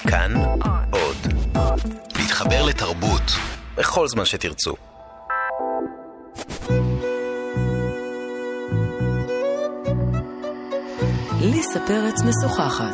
כאן עוד. להתחבר לתרבות בכל זמן שתרצו. ליסה פרץ משוחחת.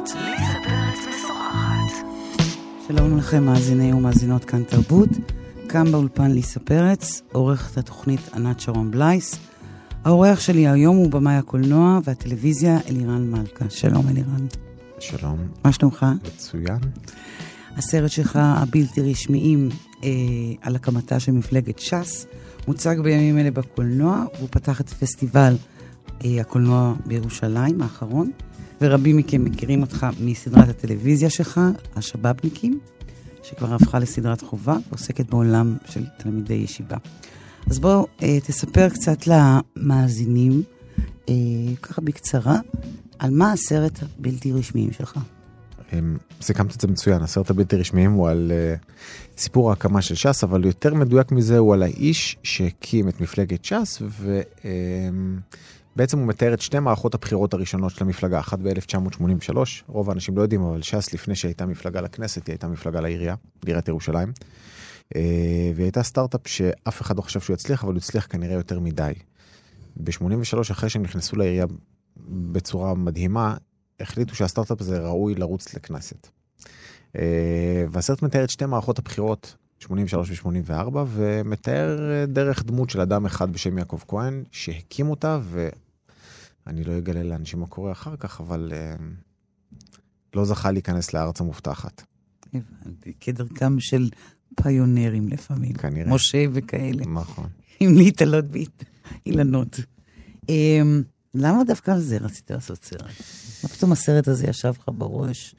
שלום לכם מאזיני ומאזינות כאן תרבות. כאן באולפן ליסה פרץ, עורכת התוכנית ענת שרון בלייס. האורח שלי היום הוא במאי הקולנוע והטלוויזיה אלירן מלכה. שלום אלירן. שלום. מה שלומך? מצוין. הסרט שלך הבלתי רשמיים על הקמתה של מפלגת ש"ס מוצג בימים אלה בקולנוע, והוא פתח את פסטיבל הקולנוע בירושלים האחרון, ורבים מכם מכירים אותך מסדרת הטלוויזיה שלך, השבאבניקים, שכבר הפכה לסדרת חובה, ועוסקת בעולם של תלמידי ישיבה. אז בוא תספר קצת למאזינים, ככה בקצרה, על מה הסרט הבלתי רשמיים שלך. סיכמת את זה מצוין, הסרט הבלתי רשמיים הוא על סיפור ההקמה של ש"ס, אבל יותר מדויק מזה הוא על האיש שהקים את מפלגת ש"ס, ובעצם הוא מתאר את שתי מערכות הבחירות הראשונות של המפלגה, אחת ב-1983, רוב האנשים לא יודעים, אבל ש"ס לפני שהייתה מפלגה לכנסת, היא הייתה מפלגה לעירייה, לעיריית ירושלים, והיא הייתה סטארט-אפ שאף אחד לא חשב שהוא יצליח, אבל הוא הצליח כנראה יותר מדי. ב-83, אחרי שהם נכנסו לעירייה בצורה מדהימה, החליטו שהסטארט-אפ הזה ראוי לרוץ לכנסת. והסרט מתאר את שתי מערכות הבחירות, 83 ו-84, ומתאר דרך דמות של אדם אחד בשם יעקב כהן, שהקים אותה, ואני לא אגלה לאנשים מה קורה אחר כך, אבל לא זכה להיכנס לארץ המובטחת. כדרכם של פיונרים לפעמים. כנראה. משה וכאלה. נכון. עם להתעלות באילנות. למה דווקא על זה רצית לעשות סרט? מה פתאום הסרט הזה ישב לך בראש?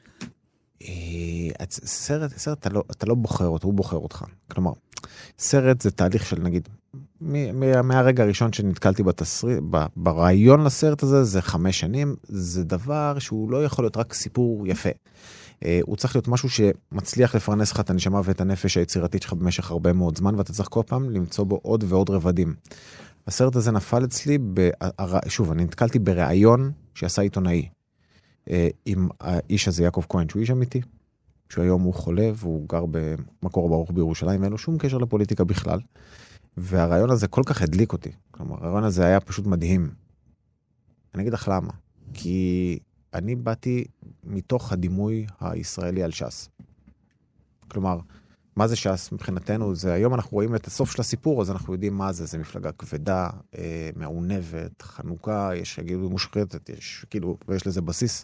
סרט אתה לא בוחר אותו, הוא בוחר אותך. כלומר, סרט זה תהליך של נגיד, מהרגע הראשון שנתקלתי ברעיון לסרט הזה, זה 5 שנים, זה דבר שהוא לא יכול להיות רק סיפור יפה. הוא צריך להיות משהו שמצליח לפרנס לך את הנשמה ואת הנפש היצירתית שלך במשך הרבה מאוד זמן, ואתה צריך כל פעם למצוא בו עוד ועוד רבדים. הסרט הזה נפל אצלי, שוב, אני נתקלתי ברעיון שעשה עיתונאי, עם האיש הזה, יעקב כהן, שהוא איש אמיתי, שהיום הוא חולה, והוא גר במקור ברוך בירושלים, ואין לו שום קשר לפוליטיקה בכלל, והרעיון הזה כל כך הדליק אותי, כלומר, הרעיון הזה היה פשוט מדהים. אני אגיד לך למה, כי אני באתי מתוך הדימוי הישראלי על ש"ס. כלומר, מה זה ש"ס מבחינתנו? זה היום אנחנו רואים את הסוף של הסיפור, אז אנחנו יודעים מה זה. זה מפלגה כבדה, מעונבת, חנוכה, יש כאילו מושחתת, יש כאילו, ויש לזה בסיס.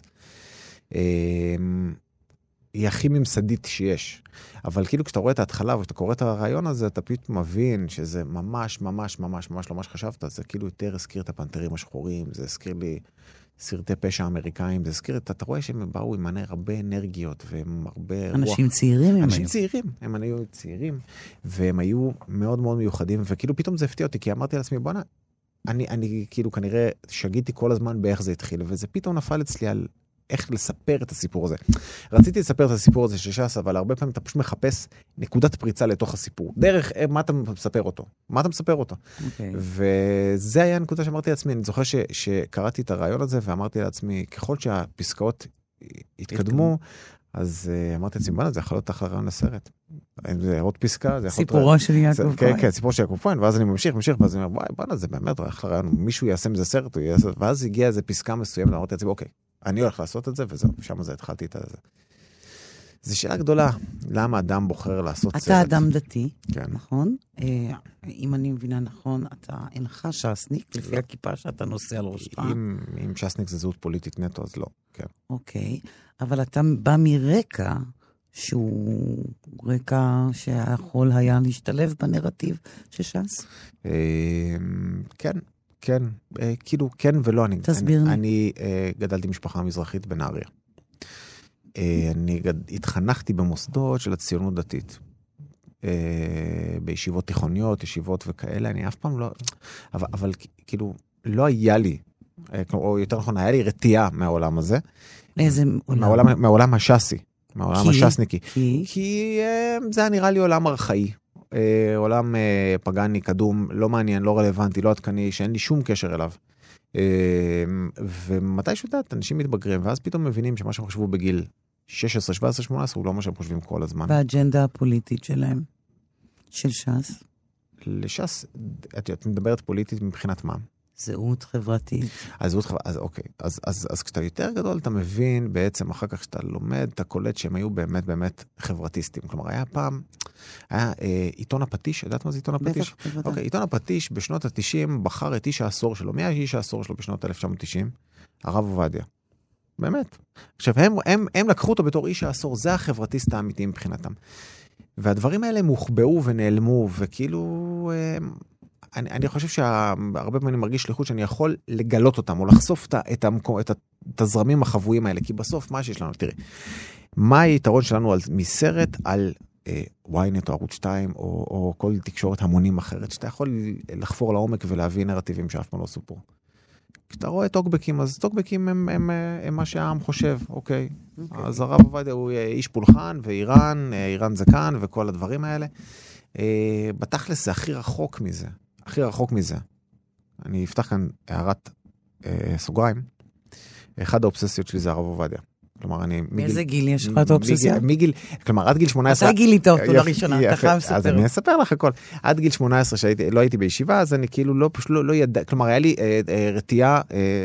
היא הכי ממסדית שיש. אבל כאילו כשאתה רואה את ההתחלה וכשאתה קורא את הרעיון הזה, אתה פתאום מבין שזה ממש ממש ממש ממש לא מה שחשבת. זה כאילו יותר הזכיר את הפנתרים השחורים, זה הזכיר לי סרטי פשע אמריקאים, זה הזכיר, אתה רואה שהם באו עם הרבה אנרגיות, והם הרבה רוח. אנשים צעירים אנשים צעירים, הם היו צעירים, והם היו מאוד מאוד מיוחדים, וכאילו פתאום זה הפתיע אותי, כי אמרתי לעצמי, בוא'נה, אני כאילו כנראה שגיתי כל הזמן באיך זה התחיל, וזה פתאום נפל אצלי על איך לספר את הסיפור הזה. רציתי לספר את הסיפור הזה של ש"ס, אבל הרבה פעמים אתה פשוט מחפש נקודת פריצה לתוך הסיפור. דרך מה אתה מספר אותו? מה אתה מספר אותו? וזה היה הנקודה שאמרתי לעצמי, אני זוכר שקראתי את הרעיון הזה, ואמרתי לעצמי, ככל שהפסקאות התקדמו, אז אמרתי לעצמי, בנה, זה יכול להיות אחלה רעיון לסרט. זה עוד פסקה, זה יכול להיות... סיפורו של יעקב כהן. כן, סיפור של יעקב כהן, ואז אני ממשיך, ואז אני אומר, בנה, זה באמת אחלה רעיון, מישהו יעשה מזה סרט, ואז הגיעה איזו פסקה מסוימת, ואמרתי לעצמי, אוקיי, אני הולך לעשות את זה, וזהו, שם זה התחלתי את זה. זו שאלה גדולה, למה אדם בוחר לעשות סרט? אתה אדם דתי, כן. נכון? אם אני מבינה נכון, אתה אינך ש"סניק, לפי הכיפה שאתה נושא על ראשך. אם ש"סניק זה זהות פוליטית נטו, אז לא, כן. אוקיי, אבל אתה בא מרקע שהוא רקע שיכול היה להשתלב בנרטיב של ש"ס? כן. כן, כאילו כן ולא. תסביר לי. אני גדלתי משפחה מזרחית בנהריה. אני התחנכתי במוסדות של הציונות דתית. בישיבות תיכוניות, ישיבות וכאלה, אני אף פעם לא... אבל כאילו, לא היה לי, או יותר נכון, היה לי רתיעה מהעולם הזה. מאיזה עולם? מהעולם הש"סי. מהעולם הש"סניקי. כי זה היה נראה לי עולם ארכאי. עולם פגני, קדום, לא מעניין, לא רלוונטי, לא עדכני, שאין לי שום קשר אליו. ומתי שודעת, אנשים מתבגרים, ואז פתאום מבינים שמה שהם חשבו בגיל 16, 17, 18, הוא לא מה שהם חושבים כל הזמן. והאג'נדה הפוליטית שלהם, של ש"ס? לש"ס, את מדברת פוליטית מבחינת מה? זהות חברתית. אז אוקיי. אז כשאתה יותר גדול, אתה מבין בעצם אחר כך שאתה לומד, אתה קולט שהם היו באמת באמת חברתיסטים. כלומר, היה פעם, עיתון הפטיש, יודעת מה זה עיתון הפטיש? בטח, בטח. אוקיי, עיתון הפטיש בשנות ה-90 בחר את איש העשור שלו. מי האיש העשור שלו בשנות 1990? הרב עובדיה. באמת. עכשיו, הם לקחו אותו בתור איש העשור, זה החברתיסט האמיתי מבחינתם. והדברים האלה מוחבאו ונעלמו, וכאילו, אני חושב שהרבה פעמים אני מרגיש שליחות שאני יכול לגלות אותם, או לחשוף את הזרמים החבויים האלה, כי בסוף מה שיש לנו, תראי, מה היתרון שלנו מסרט על ynet או ערוץ 2, או כל תקשורת המונים אחרת, שאתה יכול לחפור לעומק ולהביא נרטיבים שאף פעם לא סופרו. כשאתה רואה טוקבקים, אז טוקבקים הם מה שהעם חושב, אוקיי? אז הרב עובדיה הוא איש פולחן, איראן זה כאן, וכל הדברים האלה. בתכלס זה הכי רחוק מזה. הכי רחוק מזה. אני אפתח כאן הערת סוגריים. אחד האובססיות שלי זה הרב עובדיה. כלומר, מאיזה גיל יש לך את האובססיה? כלומר, עד גיל 18... אתה גילית אותו לראשונה, אתה חייב לספר. אז אני אספר לך הכל. עד גיל 18 שלא הייתי בישיבה, אז אני כאילו לא ידע, כלומר, היה לי רתיעה,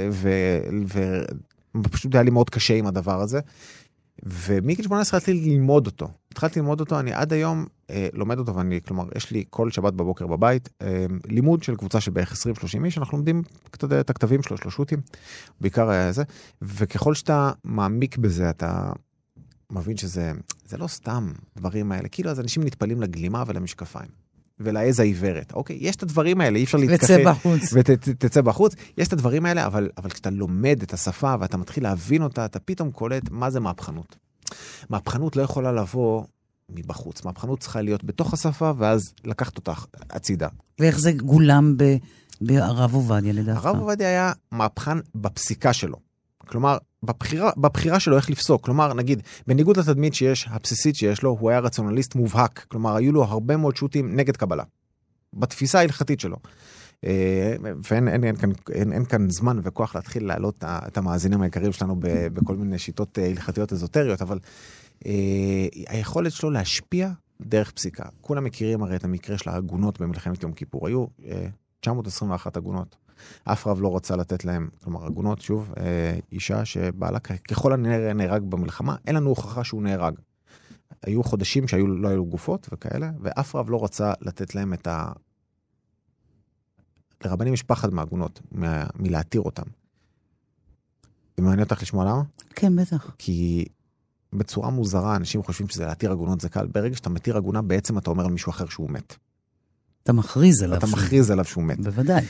ופשוט היה לי מאוד קשה עם הדבר הזה. ומגיל 18 התחלתי ללמוד אותו, אני עד היום לומד אותו, כלומר, יש לי כל שבת בבוקר בבית, לימוד של קבוצה של בערך 20-30 איש, אנחנו לומדים את הכתבים שלו, שו"תים, בעיקר זה, וככל שאתה מעמיק בזה, אתה מבין שזה לא סתם דברים האלה, כאילו אז אנשים נטפלים לגלימה ולמשקפיים, ולעז העיוורת, אוקיי? יש את הדברים האלה, אי אפשר להתכחש. ותצא בחוץ. יש את הדברים האלה, אבל כשאתה לומד את השפה, ואתה מתחיל להבין אותה, אתה פתאום קולט מה זה מהפכנות. מהפכנות לא יכולה לבוא מבחוץ. מהפכנות צריכה להיות בתוך השפה, ואז לקחת אותה הצידה. ואיך זה גולם ברב עובדיה לדעתך? הרב עובדיה היה מהפכן בפסיקה שלו. כלומר, בבחירה שלו איך לפסוק. כלומר, נגיד, בניגוד לתדמית הבסיסית שיש לו, הוא היה רציונליסט מובהק. כלומר, היו לו הרבה מאוד שו"תים נגד קבלה. בתפיסה ההלכתית שלו. ואין כאן זמן וכוח להתחיל להעלות את המאזינים העיקריים שלנו בכל מיני שיטות הלכתיות אזוטריות, אבל היכולת שלו להשפיע דרך פסיקה. כולם מכירים הרי את המקרה של העגונות במלחמת יום כיפור. היו 921 עגונות. אף רב לא רצה לתת להם, כלומר, עגונות, שוב, אישה שבעלה ככל הנראה נהרג במלחמה, אין לנו הוכחה שהוא נהרג. היו חודשים לא היו גופות וכאלה, ואף רב לא רצה לתת להם לרבנים יש פחד מהעגונות, מלהתיר אותם. ומעניין אותך לשמוע למה? כן, בטח. כי בצורה מוזרה, אנשים חושבים שזה להתיר עגונות זה קל. ברגע שאתה מתיר עגונה, בעצם אתה אומר על מישהו אחר שהוא מת. אתה מכריז עליו שהוא מת. בוודאי.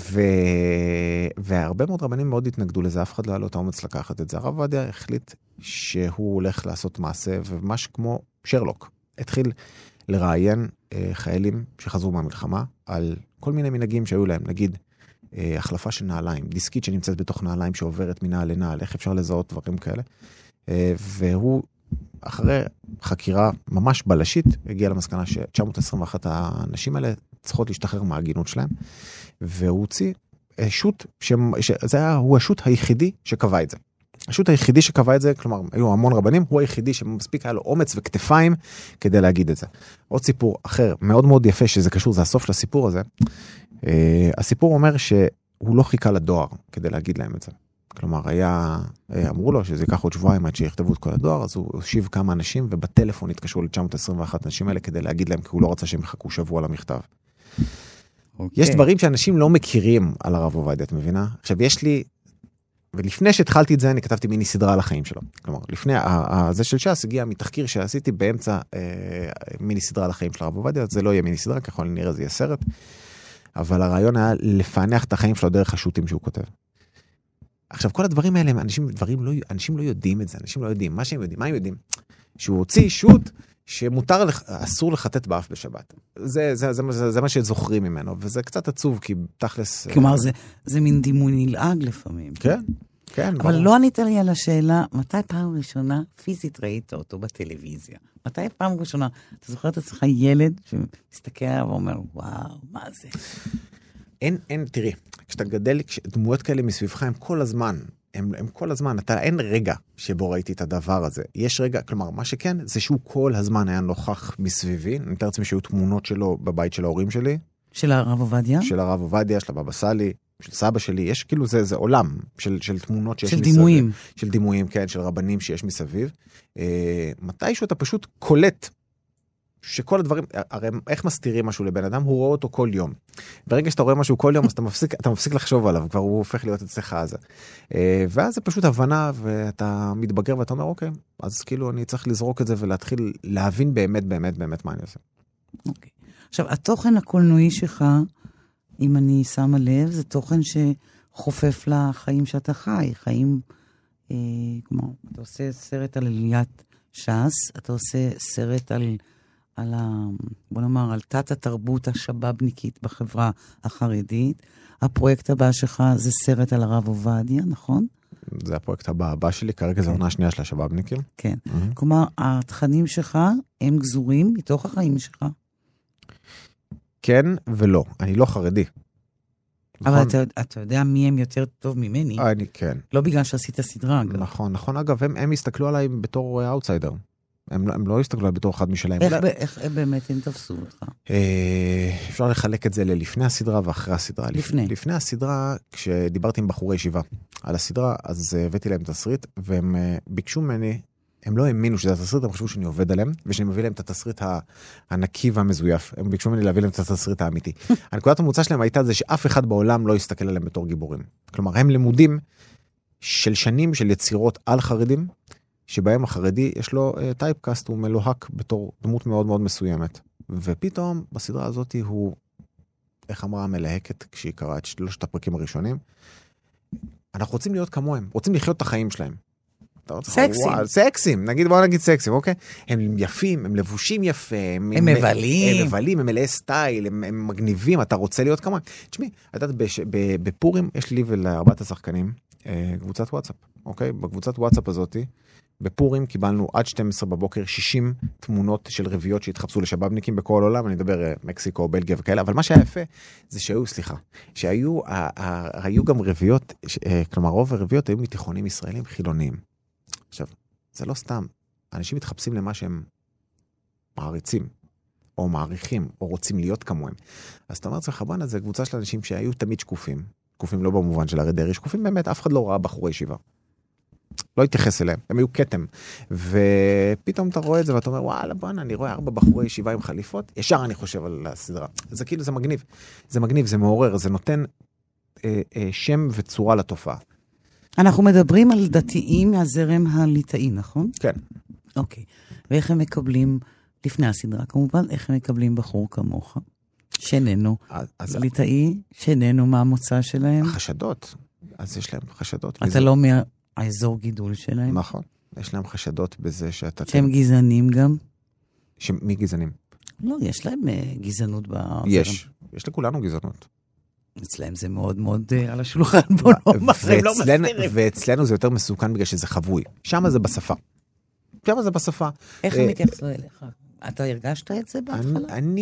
והרבה מאוד רבנים מאוד התנגדו לזה, אף אחד לא היה לו את האומץ לקחת את זה. הרב עובדיה החליט שהוא הולך לעשות מעשה, וממש כמו שרלוק. התחיל לראיין חיילים שחזרו מהמלחמה, על כל מיני מנהגים שהיו להם, נגיד, החלפה של נעליים, דיסקית שנמצאת בתוך נעליים שעוברת מנעל לנעל, איך אפשר לזהות דברים כאלה. והוא, אחרי חקירה ממש בלשית, הגיע למסקנה ש-921 האנשים האלה צריכות להשתחרר מההגינות שלהם, והוא הוציא שו"ת, הוא השו"ת היחידי שקבע את זה. השו"ת היחידי שקבע את זה, כלומר, היו המון רבנים, הוא היחידי שמספיק היה לו אומץ וכתפיים כדי להגיד את זה. עוד סיפור אחר, מאוד מאוד יפה שזה קשור, זה הסוף של הסיפור הזה. הסיפור אומר שהוא לא חיכה לדואר כדי להגיד להם את זה. כלומר, אמרו לו שזה ייקח עוד שבועיים עד שיכתבו את כל הדואר, אז הוא הושיב כמה אנשים, ובטלפון התקשרו ל-921 אנשים האלה כדי להגיד להם, כי הוא לא רצה שהם יחכו שבוע למכתב. יש דברים שאנשים לא מכירים על הרב עובדיה, את מבינה? עכשיו, יש לי, ולפני שהתחלתי את זה, אני כתבתי מיני סדרה על החיים שלו. כלומר, לפני, זה של ש"ס הגיע מתחקיר שעשיתי באמצע מיני סדרה על החיים של הרב עובדיה, זה לא יהיה מיני סדרה, ככל נראה זה יהיה סרט, אבל הרעיון היה לפענח את החיים שלו דרך השו"תים שהוא כותב. עכשיו, כל הדברים האלה, אנשים לא יודעים את זה, אנשים לא יודעים. מה שהם יודעים, מה הם יודעים? שהוא הוציא שו"ת אסור לחטט באף בשבת. זה מה שזוכרים ממנו, וזה קצת עצוב, כי תכלס... כלומר, זה מין דימוי נלעג לפעמים. כן, כן. אבל לא ענית לי על השאלה, מתי פעם ראשונה פיזית ראית אותו בטלוויזיה? מתי פעם ראשונה, אתה זוכר את עצמך ילד שמסתכל עליו ואומר, וואו, מה זה? תראי, כשאתה גדל, דמויות כאלה מסביבך, הם כל הזמן הם כל הזמן, אין רגע שבו ראיתי את הדבר הזה. יש רגע, כלומר, מה שכן, זה שהוא כל הזמן היה נוכח מסביבי. אני מתאר לעצמי שהיו תמונות שלו בבית של ההורים שלי. של הרב עובדיה? של הרב עובדיה, של הבבא סאלי, של סבא שלי. יש כאילו, זה עולם של תמונות שיש מסביב. של דימויים. של דימויים, כן, של רבנים שיש מסביב. מתישהו אתה פשוט קולט שכל הדברים, הרי איך מסתירים משהו לבן אדם? הוא רואה אותו כל יום. ברגע שאתה רואה משהו כל יום, אז אתה מפסיק לחשוב עליו, כבר הוא הופך להיות אצלך הזה. ואז זה פשוט הבנה, ואתה מתבגר ואתה אומר, אוקיי, אז כאילו אני צריך לזרוק את זה ולהתחיל להבין באמת, באמת, באמת מה אני עושה. אוקיי. עכשיו, התוכן הקולנועי שלך, אם אני שמה לב, זה תוכן שחופף לחיים שאתה חי, חיים, כמו, אתה עושה סרט על עליית ש"ס, אתה עושה סרט על בוא נאמר, על תת התרבות השבאבניקית בחברה החרדית. הפרויקט הבא שלך זה סרט על הרב עובדיה, נכון? זה הפרויקט הבא שלי, כרגע זה העונה השנייה של השבאבניקים. כן. כלומר, התכנים שלך הם גזורים מתוך החיים שלך. כן ולא, אני לא חרדי. אבל אתה יודע מי הם יותר טוב ממני. אני כן. לא בגלל שעשית סדרה, אגב. נכון, אגב, הם הסתכלו עליי בתור אאוטסיידר. הם לא הסתכלו עליי בתור אחד משלהם. איך באמת הם תפסו אותך? אפשר לחלק את זה ללפני הסדרה ואחרי הסדרה. לפני הסדרה, כשדיברתי עם בחורי ישיבה על הסדרה, אז הבאתי להם תסריט, והם ביקשו ממני, הם לא האמינו שזה התסריט, הם חשבו שאני עובד עליהם, ושאני מביא להם את התסריט הנקי והמזויף. הם ביקשו ממני להביא להם את התסריט האמיתי. הנקודת המוצא שלהם הייתה זה שאף אחד בעולם לא יסתכל עליהם בתור גיבורים. כלומר, הם לימודים של שנים של יצירות על חרדים, שבהם החרדי יש לו טייפקאסט, הוא מלוהק בתור דמות מאוד מאוד מסוימת. ופתאום בסדרה הזאת הוא, איך אמרה המלהקת כשהיא קראה את 3 הפרקים הראשונים, אנחנו רוצים להיות כמוהם, רוצים לחיות את החיים שלהם. סקסים, בוא נגיד סקסים, אוקיי? הם יפים, הם לבושים יפה, הם מבלים, הם מלאי סטייל, הם מגניבים, אתה רוצה להיות כמוהם. תשמעי, את יודעת, בפורים יש לי ולארבעת השחקנים קבוצת וואטסאפ, אוקיי? בקבוצת וואטסאפ הזאת, בפורים קיבלנו עד 12 בבוקר 60 תמונות של רביעות שהתחפשו לשבאבניקים בכל העולם, אני מדבר מקסיקו, בלגיה וכאלה, אבל מה שהיה יפה זה שהיו גם רביעות, כלומר רוב הרביעות היו מתיכונים ישראלים חילוניים. עכשיו, זה לא סתם, אנשים מתחפשים למה שהם מעריצים, או מעריכים, או רוצים להיות כמוהם. אז אתה אומר, חבנה, זה קבוצה של אנשים שהיו תמיד שקופים, שקופים לא במובן של הרי דרעי, שקופים באמת, אף אחד לא ראה בחורי ישיבה. לא התייחס אליהם, הם היו קטם. ופתאום אתה רואה את זה ואתה אומר, וואלה, בואנה, אני רואה 4 בחורי ישיבה עם חליפות, ישר אני חושב על הסדרה. זה כאילו, זה מגניב. זה מגניב, זה מעורר, זה נותן שם וצורה לתופעה. אנחנו מדברים על דתיים מהזרם הליטאי, נכון? כן. אוקיי. ואיך הם מקבלים, לפני הסדרה כמובן, איך הם מקבלים בחור כמוך? שננו. ליטאי, שננו, מה המוצא שלהם? חשדות. אז יש להם חשדות. אתה לא מהאזור גידול שלהם? נכון. יש להם חשדות בזה שאתה... שהם גזענים גם? מי גזענים? לא, יש להם גזענות בזרם. יש לכולנו גזענות. אצלהם זה מאוד מאוד על השולחן, בוא נאמר, הם לא מסתירים. ואצלנו זה יותר מסוכן בגלל שזה חבוי. שם זה בשפה. איך הם התייחסו אליך? אתה הרגשת את זה בהתחלה?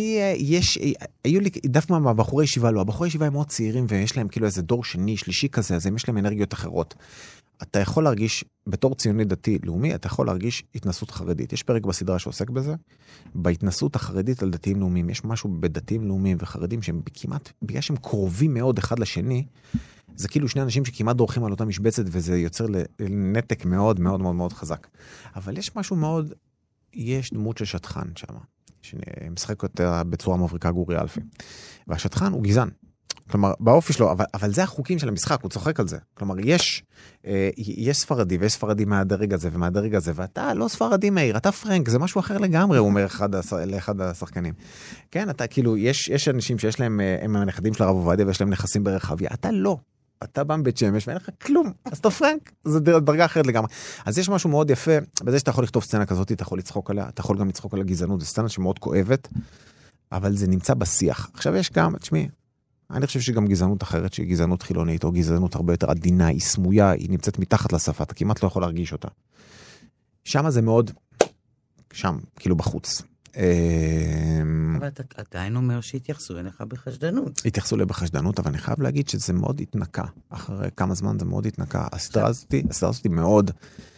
היו לי, דווקא מהבחורי ישיבה לא, הבחורי ישיבה הם מאוד צעירים ויש להם כאילו איזה דור שני, שלישי כזה, אז יש להם אנרגיות אחרות. אתה יכול להרגיש, בתור ציוני דתי לאומי, אתה יכול להרגיש התנסות חרדית. יש פרק בסדרה שעוסק בזה. בהתנסות החרדית על דתיים לאומיים, יש משהו בדתיים לאומיים וחרדים שהם כמעט, בגלל שהם קרובים מאוד אחד לשני, זה כאילו שני אנשים שכמעט דורכים על אותה משבצת, וזה יוצר לנתק מאוד מאוד מאוד מאוד חזק. אבל יש משהו מאוד, יש דמות של שטחן שם, שמשחק אותה בצורה מבריקה גורי אלפי. והשטחן הוא גזען. כלומר, באופי שלו, אבל זה החוקים של המשחק, הוא צוחק על זה. כלומר, יש ספרדי, ויש ספרדי מהדרג הזה ומהדרג הזה, ואתה לא ספרדי מאיר, אתה פרנק, זה משהו אחר לגמרי, הוא אומר לאחד השחקנים. כן, אתה כאילו, יש אנשים שיש להם, הם הנכדים של הרב עובדיה, ויש להם נכסים ברחביה, אתה לא. אתה בא מבית שמש ואין לך כלום, אז אתה פרנק, זה דרגה אחרת לגמרי. אז יש משהו מאוד יפה, בזה שאתה יכול לכתוב סצנה כזאת, אתה יכול לצחוק עליה, אתה יכול גם לצחוק על הגזענות, זו סצנה שמאוד כואבת, אבל זה נמצא בשיח. עכשיו יש גם, תשמעי, אני חושב שגם גזענות אחרת, שהיא גזענות חילונית, או גזענות הרבה יותר עדינה, היא סמויה, היא נמצאת מתחת לשפה, אתה כמעט לא יכול להרגיש אותה. שם זה מאוד, שם, כאילו בחוץ. אבל אתה עדיין אומר שהתייחסו אליך בחשדנות. התייחסו לי בחשדנות, אבל אני חייב להגיד שזה מאוד התנקה. אחרי כמה זמן זה מאוד התנקה. הסדרה הזאת מאוד,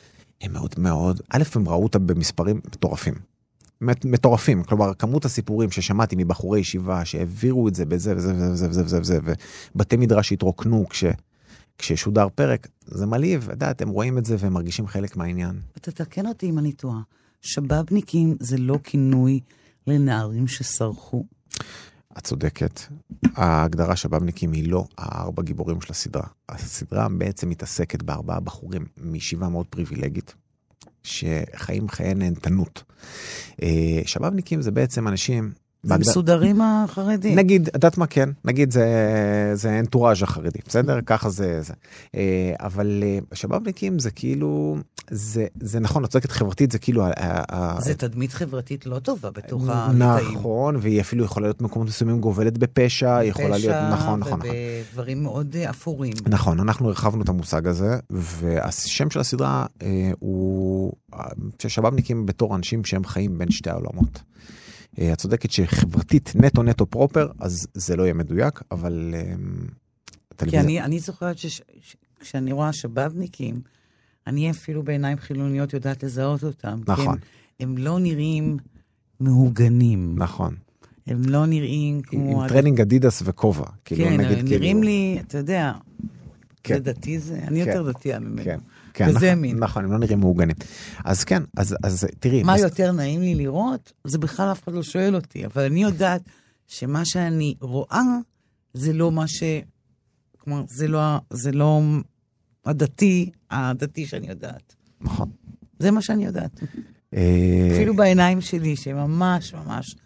א', הם ראו אותה במספרים מטורפים. מטורפים. כלומר, כמות הסיפורים ששמעתי מבחורי ישיבה, שהעבירו את זה בזה וזה וזה וזה וזה, ובתי מדרש התרוקנו כששודר פרק, זה מלהיב. אתם רואים את זה והם מרגישים חלק מהעניין. אתה תתקן אותי אם אני טועה. שבאבניקים זה לא כינוי לנערים שסרחו. את צודקת. ההגדרה שבאבניקים היא לא 4 גיבורים של הסדרה. הסדרה בעצם מתעסקת ב4 בחורים מישיבה מאוד פריבילגית, שחיים חיי נהנתנות. שבאבניקים זה בעצם אנשים... זה מסודרים החרדים. נגיד, יודעת מה כן? נגיד זה אנטוראז' החרדי, בסדר? ככה זה. אבל שבאבניקים זה כאילו, זה נכון, הצדקת חברתית זה כאילו... זה תדמית חברתית לא טובה בתוך הליטאים. נכון, והיא אפילו יכולה להיות מקומות מסוימים גובלת בפשע, יכולה להיות, נכון. ובדברים מאוד אפורים. נכון, אנחנו הרחבנו את המושג הזה, והשם של הסדרה הוא שבאבניקים בתור אנשים שהם חיים בין שתי העולמות. את צודקת שחברתית נטו פרופר, אז זה לא יהיה מדויק, אבל... כי אני זוכרת שכשאני רואה שבאבניקים, אני אפילו בעיניים חילוניות יודעת לזהות אותם. נכון. הם לא נראים מהוגנים. נכון. הם לא נראים כמו... עם טרנינג אדידס וכובע. כן, הם נראים לי, אתה יודע, זה דתי זה, אני יותר דתייה ממנו. כן, נכון, הם לא נראים מהוגנים. אז כן, אז תראי. מה יותר נעים לי לראות? זה בכלל אף אחד לא שואל אותי, אבל אני יודעת שמה שאני רואה, זה לא מה ש... כלומר, זה לא הדתי שאני יודעת. נכון. זה מה שאני יודעת. אפילו בעיניים שלי, שממש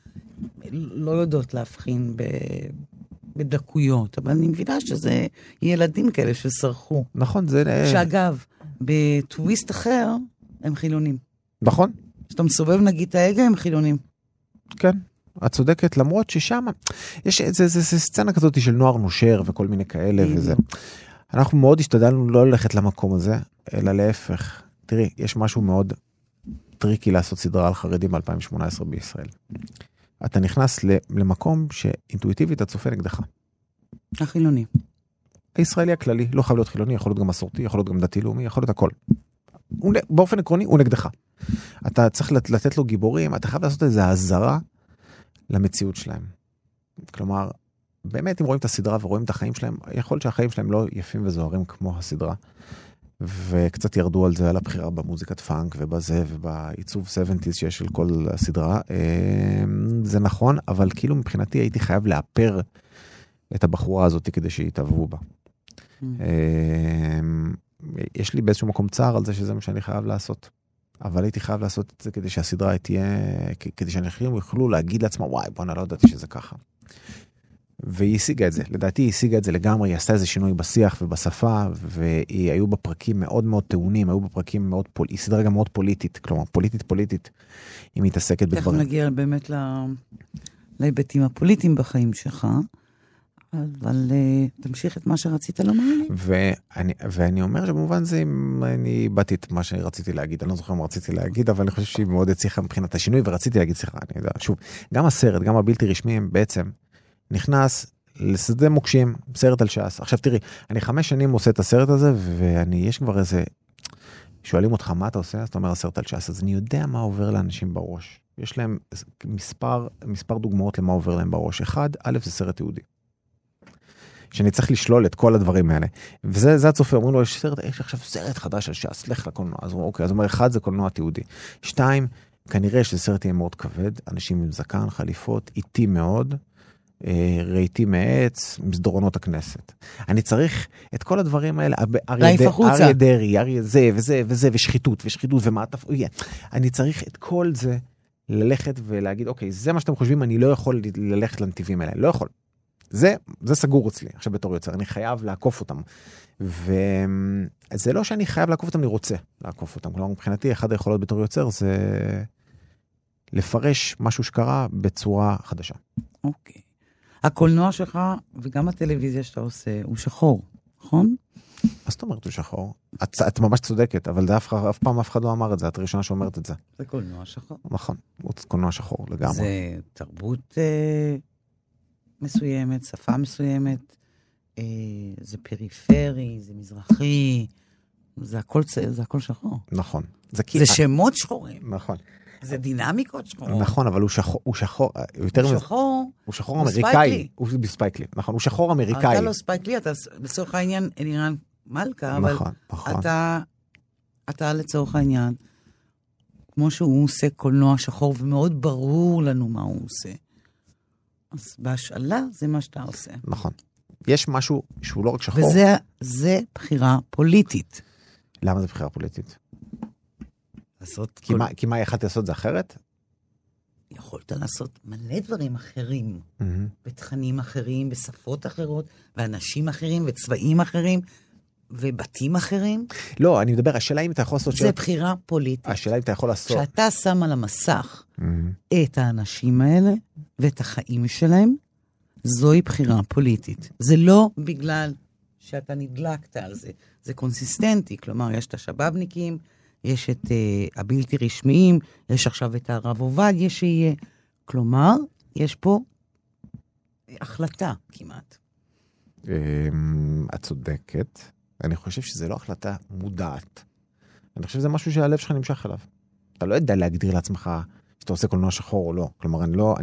לא יודעות להבחין בדקויות, אבל אני מבינה שזה ילדים כאלה שסרחו. נכון, זה... שאגב, בטוויסט אחר, הם חילונים. נכון. כשאתה מסובב נגיד את ההגה, הם חילונים. כן, את צודקת, למרות ששם, יש איזה סצנה כזאת של נוער נושר וכל מיני כאלה וזה. אנחנו מאוד השתדלנו לא ללכת למקום הזה, אלא להפך. תראי, יש משהו מאוד טריקי לעשות סדרה על חרדים ב-2018 בישראל. אתה נכנס למקום שאינטואיטיבית הצופה נגדך. החילוני. הישראלי הכללי, לא חייב להיות חילוני, יכול להיות גם מסורתי, יכול להיות גם דתי-לאומי, יכול להיות הכל. באופן עקרוני, הוא נגדך. אתה צריך לתת לו גיבורים, אתה חייב לעשות איזו הזרה למציאות שלהם. כלומר, באמת, אם רואים את הסדרה ורואים את החיים שלהם, יכול להיות שהחיים שלהם לא יפים וזוהרים כמו הסדרה, וקצת ירדו על זה, על הבחירה במוזיקת פאנק ובזה, ובעיצוב 70s שיש של כל הסדרה. זה נכון, אבל כאילו מבחינתי הייתי חייב לאפר את הבחורה הזאת כדי שיתעברו בה. יש לי באיזשהו מקום צער על זה שזה מה שאני חייב לעשות. אבל הייתי חייב לעשות את זה כדי שהסדרה תהיה, כדי שאנשים יוכלו להגיד לעצמם, וואי, בוא, אני לא ידעתי שזה ככה. והיא השיגה את זה. לדעתי היא השיגה את זה לגמרי, היא עשתה איזה שינוי בשיח ובשפה, והיו בפרקים מאוד מאוד טעונים, היו בפרקים מאוד, היא סדרה גם מאוד פוליטית, כלומר, פוליטית, היא מתעסקת בדברים. תכף נגיע באמת להיבטים הפוליטיים בחיים שלך, אבל תמשיך את מה שרצית לומר לי. ואני אומר שבמובן זה, אני באתי את מה שרציתי להגיד, אני לא זוכר מה רציתי להגיד, אבל אני חושב שהיא מאוד הצליחה מבחינת השינוי, ורציתי להגיד, סליחה, אני יודע, שוב, גם הסרט, גם הבלתי רשמיים, בעצם, נכנס לשדה מוקשים, סרט על ש"ס. עכשיו תראי, אני 5 שנים עושה את הסרט הזה, יש כבר איזה, שואלים אותך מה אתה עושה, אז אתה אומר הסרט על ש"ס, אז אני יודע מה עובר לאנשים בראש. יש להם מספר דוגמאות למה עובר להם בראש. אחד, א', זה סרט יהודי. שאני צריך לשלול את כל הדברים האלה. וזה הצופה, אומרים לו, יש עכשיו סרט חדש על ש"ס, לך לקולנוע. אז אוקיי, אז אומר, 1, זה קולנוע תיעודי. 2, כנראה שסרט יהיה מאוד כבד, אנשים עם זקן, חליפות, איטי מאוד, ראיתי מעץ, מסדרונות הכנסת. אני צריך את כל הדברים האלה, אריה דרי, אריה זה וזה וזה, ושחיתות ומעטף, אני צריך את כל זה ללכת ולהגיד, אוקיי, זה מה שאתם חושבים, אני לא יכול ללכת לנתיבים האלה, לא יכול. זה סגור אצלי, עכשיו בתור יוצר, אני חייב לעקוף אותם. וזה לא שאני חייב לעקוף אותם, אני רוצה לעקוף אותם. כלומר, מבחינתי, אחד היכולות בתור יוצר זה לפרש משהו שקרה בצורה חדשה. אוקיי. הקולנוע שלך וגם הטלוויזיה שאתה עושה הוא שחור, נכון? אז זאת אומרת הוא שחור. את ממש צודקת, אבל אף פעם אף אחד לא אמר את זה, את הראשונה שאומרת את זה. זה קולנוע שחור. נכון, הוא קולנוע שחור לגמרי. זה תרבות מסוימת, שפה מסוימת, זה פריפרי, זה מזרחי, זה הכל שחור. נכון. זה שמות שחורים. נכון. זה דינמיקות שחורות. נכון, אבל הוא שחור, הוא שחור אמריקאי. הוא ספייקלי, נכון, הוא שחור אמריקאי. אתה לא ספייקלי, אתה לצורך העניין אלירן מלכה, אבל אתה לצורך העניין, כמו שהוא עושה קולנוע שחור, ומאוד ברור לנו מה הוא עושה. אז בהשאלה זה מה שאתה עושה. נכון. יש משהו שהוא לא רק שחור. וזה בחירה פוליטית. למה זה בחירה פוליטית? כי מה יכולת לעשות זה אחרת? יכולת לעשות מלא דברים אחרים, בתכנים אחרים, בשפות אחרות, ואנשים אחרים, וצבעים אחרים, ובתים אחרים. לא, אני מדבר, השאלה אם אתה יכול לעשות... זה בחירה פוליטית. השאלה אם אתה יכול לעשות... שאתה שם על המסך את האנשים האלה, ואת החיים שלהם, זוהי בחירה פוליטית. זה לא בגלל שאתה נדלקת על זה. זה קונסיסטנטי, כלומר, יש את השבאבניקים, יש את הבלתי רשמיים, יש עכשיו את הרב עובדיה שיהיה. כלומר, יש פה החלטה כמעט. את צודקת. אני חושב שזה לא החלטה מודעת. אני חושב שזה משהו שהלב שלך נמשך אליו. אתה לא יודע להגדיר לעצמך שאתה עושה קולנוע שחור או לא. כלומר,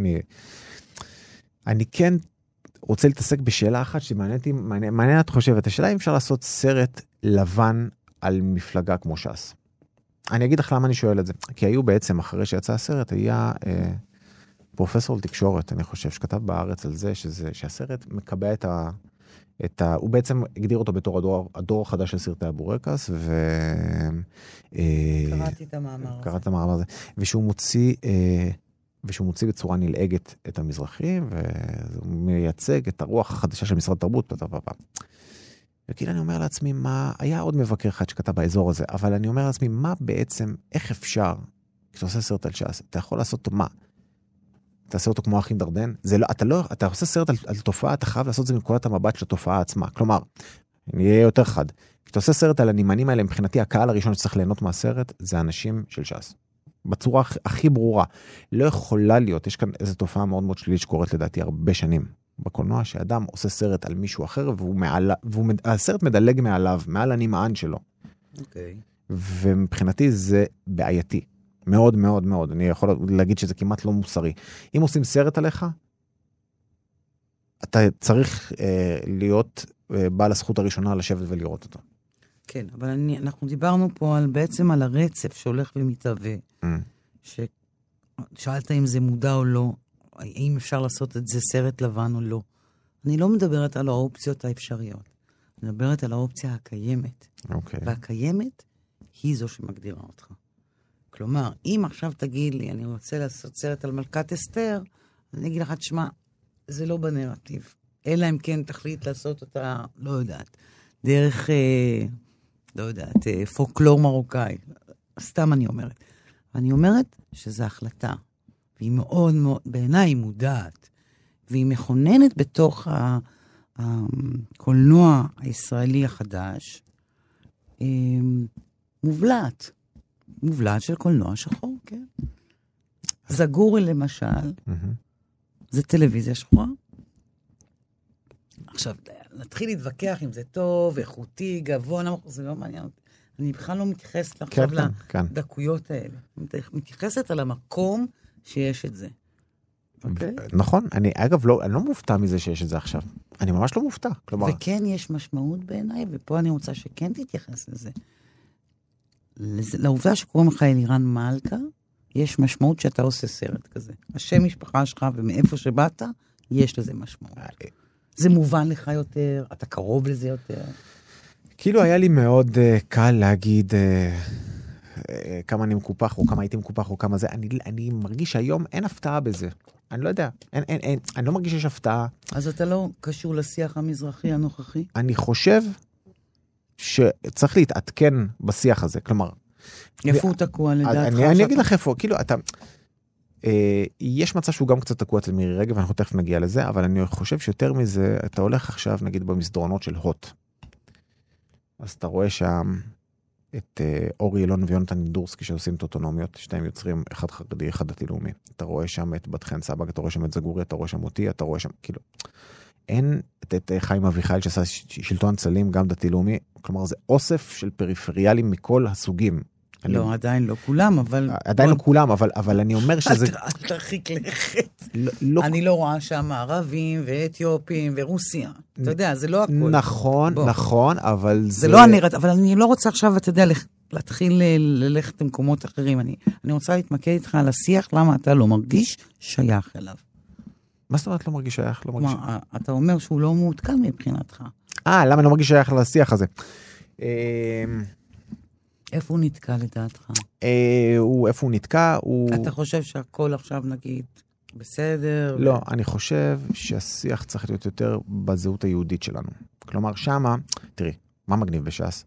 אני כן רוצה להתעסק בשאלה אחת שמעניין את חושבת. השאלה אם אפשר לעשות סרט לבן על מפלגה כמו ש"ס. אני אגיד לך למה אני שואל את זה. כי היו בעצם, אחרי שיצא הסרט, היה פרופסור לתקשורת, אני חושב, שכתב בארץ על זה, שהסרט מקבע הוא בעצם הגדיר אותו בתור הדור החדש של סרטי הבורקס, קראתי את המאמר הזה. ושהוא מוציא בצורה נלעגת את המזרחים, והוא מייצג את הרוח החדשה של משרד התרבות, וכאילו אני אומר לעצמי, היה עוד מבקר אחד שכתב באזור הזה, אבל אני אומר לעצמי, מה בעצם, איך אפשר, כשאתה עושה סרט על ש"ס, אתה יכול לעשות אותו מה? תעשה אותו כמו אחים דרדן? אתה עושה סרט על תופעה, אתה חייב לעשות את זה מנקודת המבט של התופעה עצמה. כלומר, אני אהיה יותר חד. כשאתה עושה סרט על הנמנים האלה, מבחינתי הקהל הראשון שצריך ליהנות מהסרט, זה אנשים של ש"ס. בצורה הכי ברורה. לא יכולה להיות, יש כאן איזו תופעה מאוד מאוד שלילית שקורית לדעתי הרבה שנים בקולנוע, שאדם עושה סרט על מישהו אחר, והסרט מדלג מעליו, מעל הנמען שלו. אוקיי. ומבחינתי זה בעייתי. מאוד מאוד מאוד. אני יכול להגיד שזה כמעט לא מוסרי. אם עושים סרט עליך, אתה צריך להיות בעל הזכות הראשונה לשבת ולראות אותו. כן, אבל אנחנו דיברנו פה בעצם על הרצף שהולך ומתהווה. שאלת אם זה מודע או לא, האם אפשר לעשות את זה סרט לבן או לא. אני לא מדברת על האופציות האפשריות. אני מדברת על האופציה הקיימת. אוקיי. והקיימת היא זו שמגדירה אותך. כלומר, אם עכשיו תגיד לי, אני רוצה לעשות סרט על מלכת אסתר, אני אגיד לך, תשמע, זה לא בנרטיב. אלא אם כן תחליט לעשות אותה, לא יודעת, דרך, לא יודעת, פולקלור מרוקאי. סתם אני אומרת. אני אומרת שזו החלטה. והיא מאוד מאוד, בעיניי היא מודעת. והיא מכוננת בתוך הקולנוע הישראלי החדש, מובלעת. מובלעת של קולנוע שחור, כן. זגורי למשל, זה טלוויזיה שחורה. עכשיו, נתחיל להתווכח אם זה טוב, איכותי, גבוה, נמוך, זה לא מעניין. אני בכלל לא מתייחסת עכשיו לדקויות האלה. אני מתייחסת על המקום שיש את זה. נכון, אני אגב אני לא מופתע מזה שיש את זה עכשיו. אני ממש לא מופתע. וכן יש משמעות בעיניי, ופה אני רוצה שכן תתייחס לזה. לעובדה שקוראים לך אלירן מלכה, יש משמעות שאתה עושה סרט כזה. השם משפחה שלך ומאיפה שבאת, יש לזה משמעות. זה מובן לך יותר, אתה קרוב לזה יותר. כאילו היה לי מאוד קל להגיד כמה אני מקופח, או כמה הייתי מקופח, או כמה זה. אני מרגיש שהיום אין הפתעה בזה. אני לא יודע. אני לא מרגיש שיש הפתעה. אז אתה לא קשור לשיח המזרחי הנוכחי? אני חושב שצריך להתעדכן בשיח הזה. כלומר, איפה הוא תקוע לדעתך? אני אגיד לך איפה, כאילו אתה... יש מצב שהוא גם קצת תקוע אצל מירי רגב, ואנחנו תכף נגיע לזה, אבל אני חושב שיותר מזה, אתה הולך עכשיו, נגיד, במסדרונות של הוט. אז אתה רואה שם את אורי אילון ויונתן דורסקי שעושים את אוטונומיות, שתיים יוצרים, אחד חרדי, אחד דתי-לאומי. אתה רואה שם את בת חן סבג, אתה רואה שם את זגורי, אתה רואה שם אותי, אתה רואה שם, כאילו, אין את חיים אביחיל שעשה שלטון צלים, גם דתי-לאומי, כלומר זה אוסף של פריפריאלים מכל הסוגים. לא, עדיין לא כולם, אבל... עדיין לא כולם, אבל אני אומר שזה... אל תרחיק לכת. אני לא רואה שם ערבים ואתיופים ורוסיה. אתה יודע, זה לא הכל. נכון, אבל זה לא הנראות, אבל אני לא רוצה עכשיו, אתה יודע, להתחיל ללכת למקומות אחרים. אני רוצה להתמקד איתך על השיח, למה אתה לא מרגיש שייך אליו. מה זאת אומרת לא מרגיש שייך? כלומר, אתה אומר שהוא לא מעודכן מבחינתך. למה אני לא מרגיש שייך לשיח הזה? איפה הוא נתקע לדעתך? איפה הוא נתקע? אתה חושב שהכל עכשיו נגיד בסדר? לא, אני חושב שהשיח צריך להיות יותר בזהות היהודית שלנו. כלומר, שמה, תראי, מה מגניב בש"ס?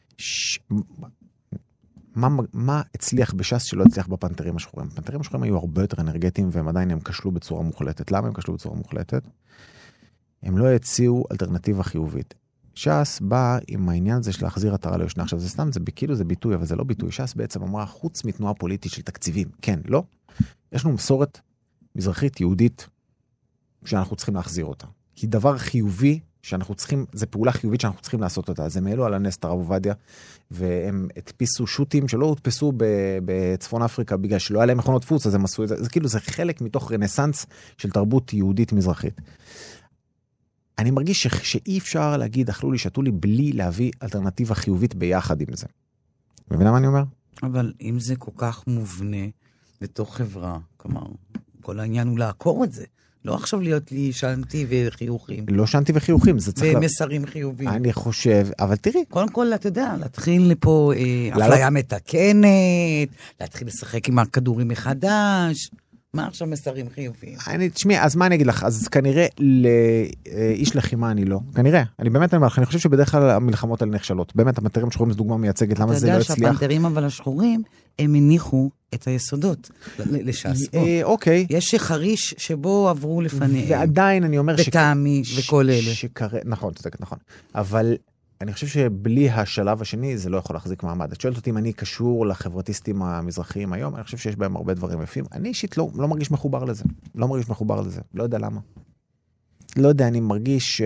מה הצליח בש"ס שלא הצליח בפנתרים השחורים? הפנתרים השחורים היו הרבה יותר אנרגטיים, והם עדיין הם כשלו בצורה מוחלטת. למה הם כשלו בצורה מוחלטת? הם לא הציעו אלטרנטיבה חיובית. ש"ס בא עם העניין הזה של להחזיר עטרה ליושנה. עכשיו זה סתם, כאילו זה ביטוי, אבל זה לא ביטוי. ש"ס בעצם אמרה, חוץ מתנועה פוליטית של תקציבים. כן, לא. יש לנו מסורת מזרחית יהודית שאנחנו צריכים להחזיר אותה. היא דבר חיובי שאנחנו צריכים, זה פעולה חיובית שאנחנו צריכים לעשות אותה. זה מעלו על הנס, הרב עובדיה, והם הדפיסו שוטים שלא הודפסו בצפון אפריקה, בגלל שלא היה להם מכונות דפוס, אז הם עשו את זה. זה כאילו, זה חלק מתוך רנסנס של תרבות יהודית מזרחית. אני מרגיש שאי אפשר להגיד, אכלו לי, שתו לי, בלי להביא אלטרנטיבה חיובית ביחד עם זה. מבינה מה אני אומר? אבל אם זה כל כך מובנה בתוך חברה, כלומר, כל העניין הוא לעקור את זה. לא עכשיו להיות לי שנתי וחיוכים. לא שנתי וחיוכים, זה צריך... ומסרים חיובים. אני חושב, אבל תראי. קודם כל, אתה יודע, להתחיל פה אפליה מתקנת, להתחיל לשחק עם הכדורים מחדש. מה עכשיו מסרים חיוביים? תשמעי, אז מה אני אגיד לך? אז כנראה לאיש לחימה אני לא. כנראה. אני באמת אומר לך, אני חושב שבדרך כלל המלחמות האלה נכשלות. באמת, הפנתרים השחורים זו דוגמה מייצגת, למה זה לא הצליח? אתה יודע שהפנתרים אבל השחורים, הם הניחו את היסודות לש"ס. אוקיי. יש חריש שבו עברו לפניהם. ועדיין אני אומר ותעמי וכל אלה. נכון, צודקת, נכון. אבל אני חושב שבלי השלב השני זה לא יכול להחזיק מעמד. את שואלת אותי אם אני קשור לחברתיסטים המזרחיים היום, אני חושב שיש בהם הרבה דברים יפים. אני אישית לא מרגיש מחובר לזה. לא מרגיש מחובר לזה. לא יודע למה. לא יודע, אני מרגיש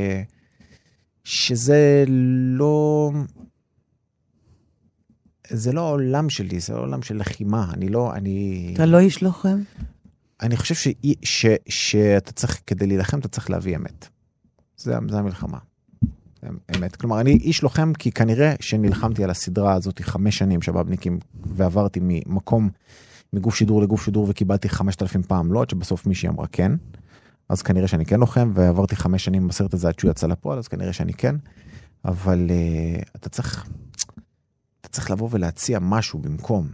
שזה לא... זה לא העולם שלי, זה לא העולם של לחימה. אתה לא איש לוחם? אני חושב שאתה צריך, כדי להילחם, אתה צריך להביא אמת. זה המלחמה. אמת. כלומר, אני איש לוחם כי כנראה שנלחמתי על הסדרה הזאת 5 שנים שבאבניקים, ועברתי מגוף שידור לגוף שידור וקיבלתי 5,000 פעם לא, עד שבסוף מישהי אמרה כן. אז כנראה שאני כן לוחם, ועברתי 5 שנים בסרט הזה עד שהוא יצא לפועל, אז כנראה שאני כן. אבל אתה צריך לבוא ולהציע משהו במקום.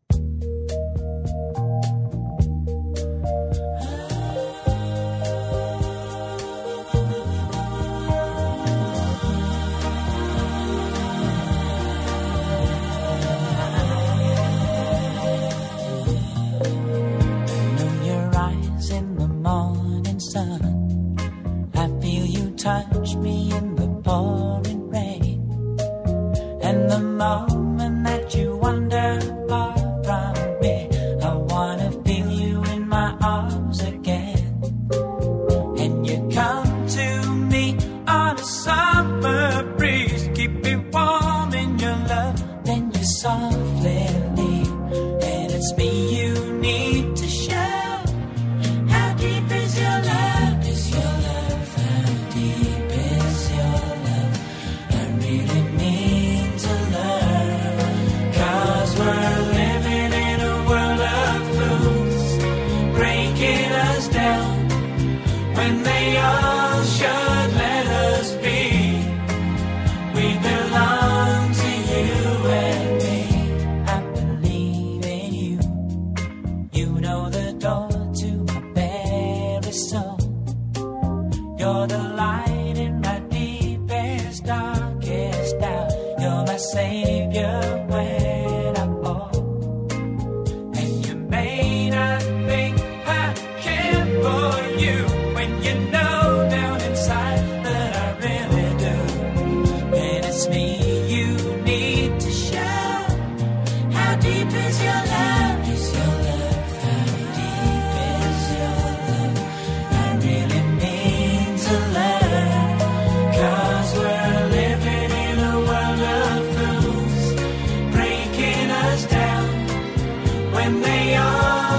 Touch me in the pouring rain, and the moment that you wander far from me, I wanna feel you in my arms again. And you come to me on a summer breeze, keep me warm in your love, then you softly leave, and it's me you need to show. How deep is your love? Is your love? Me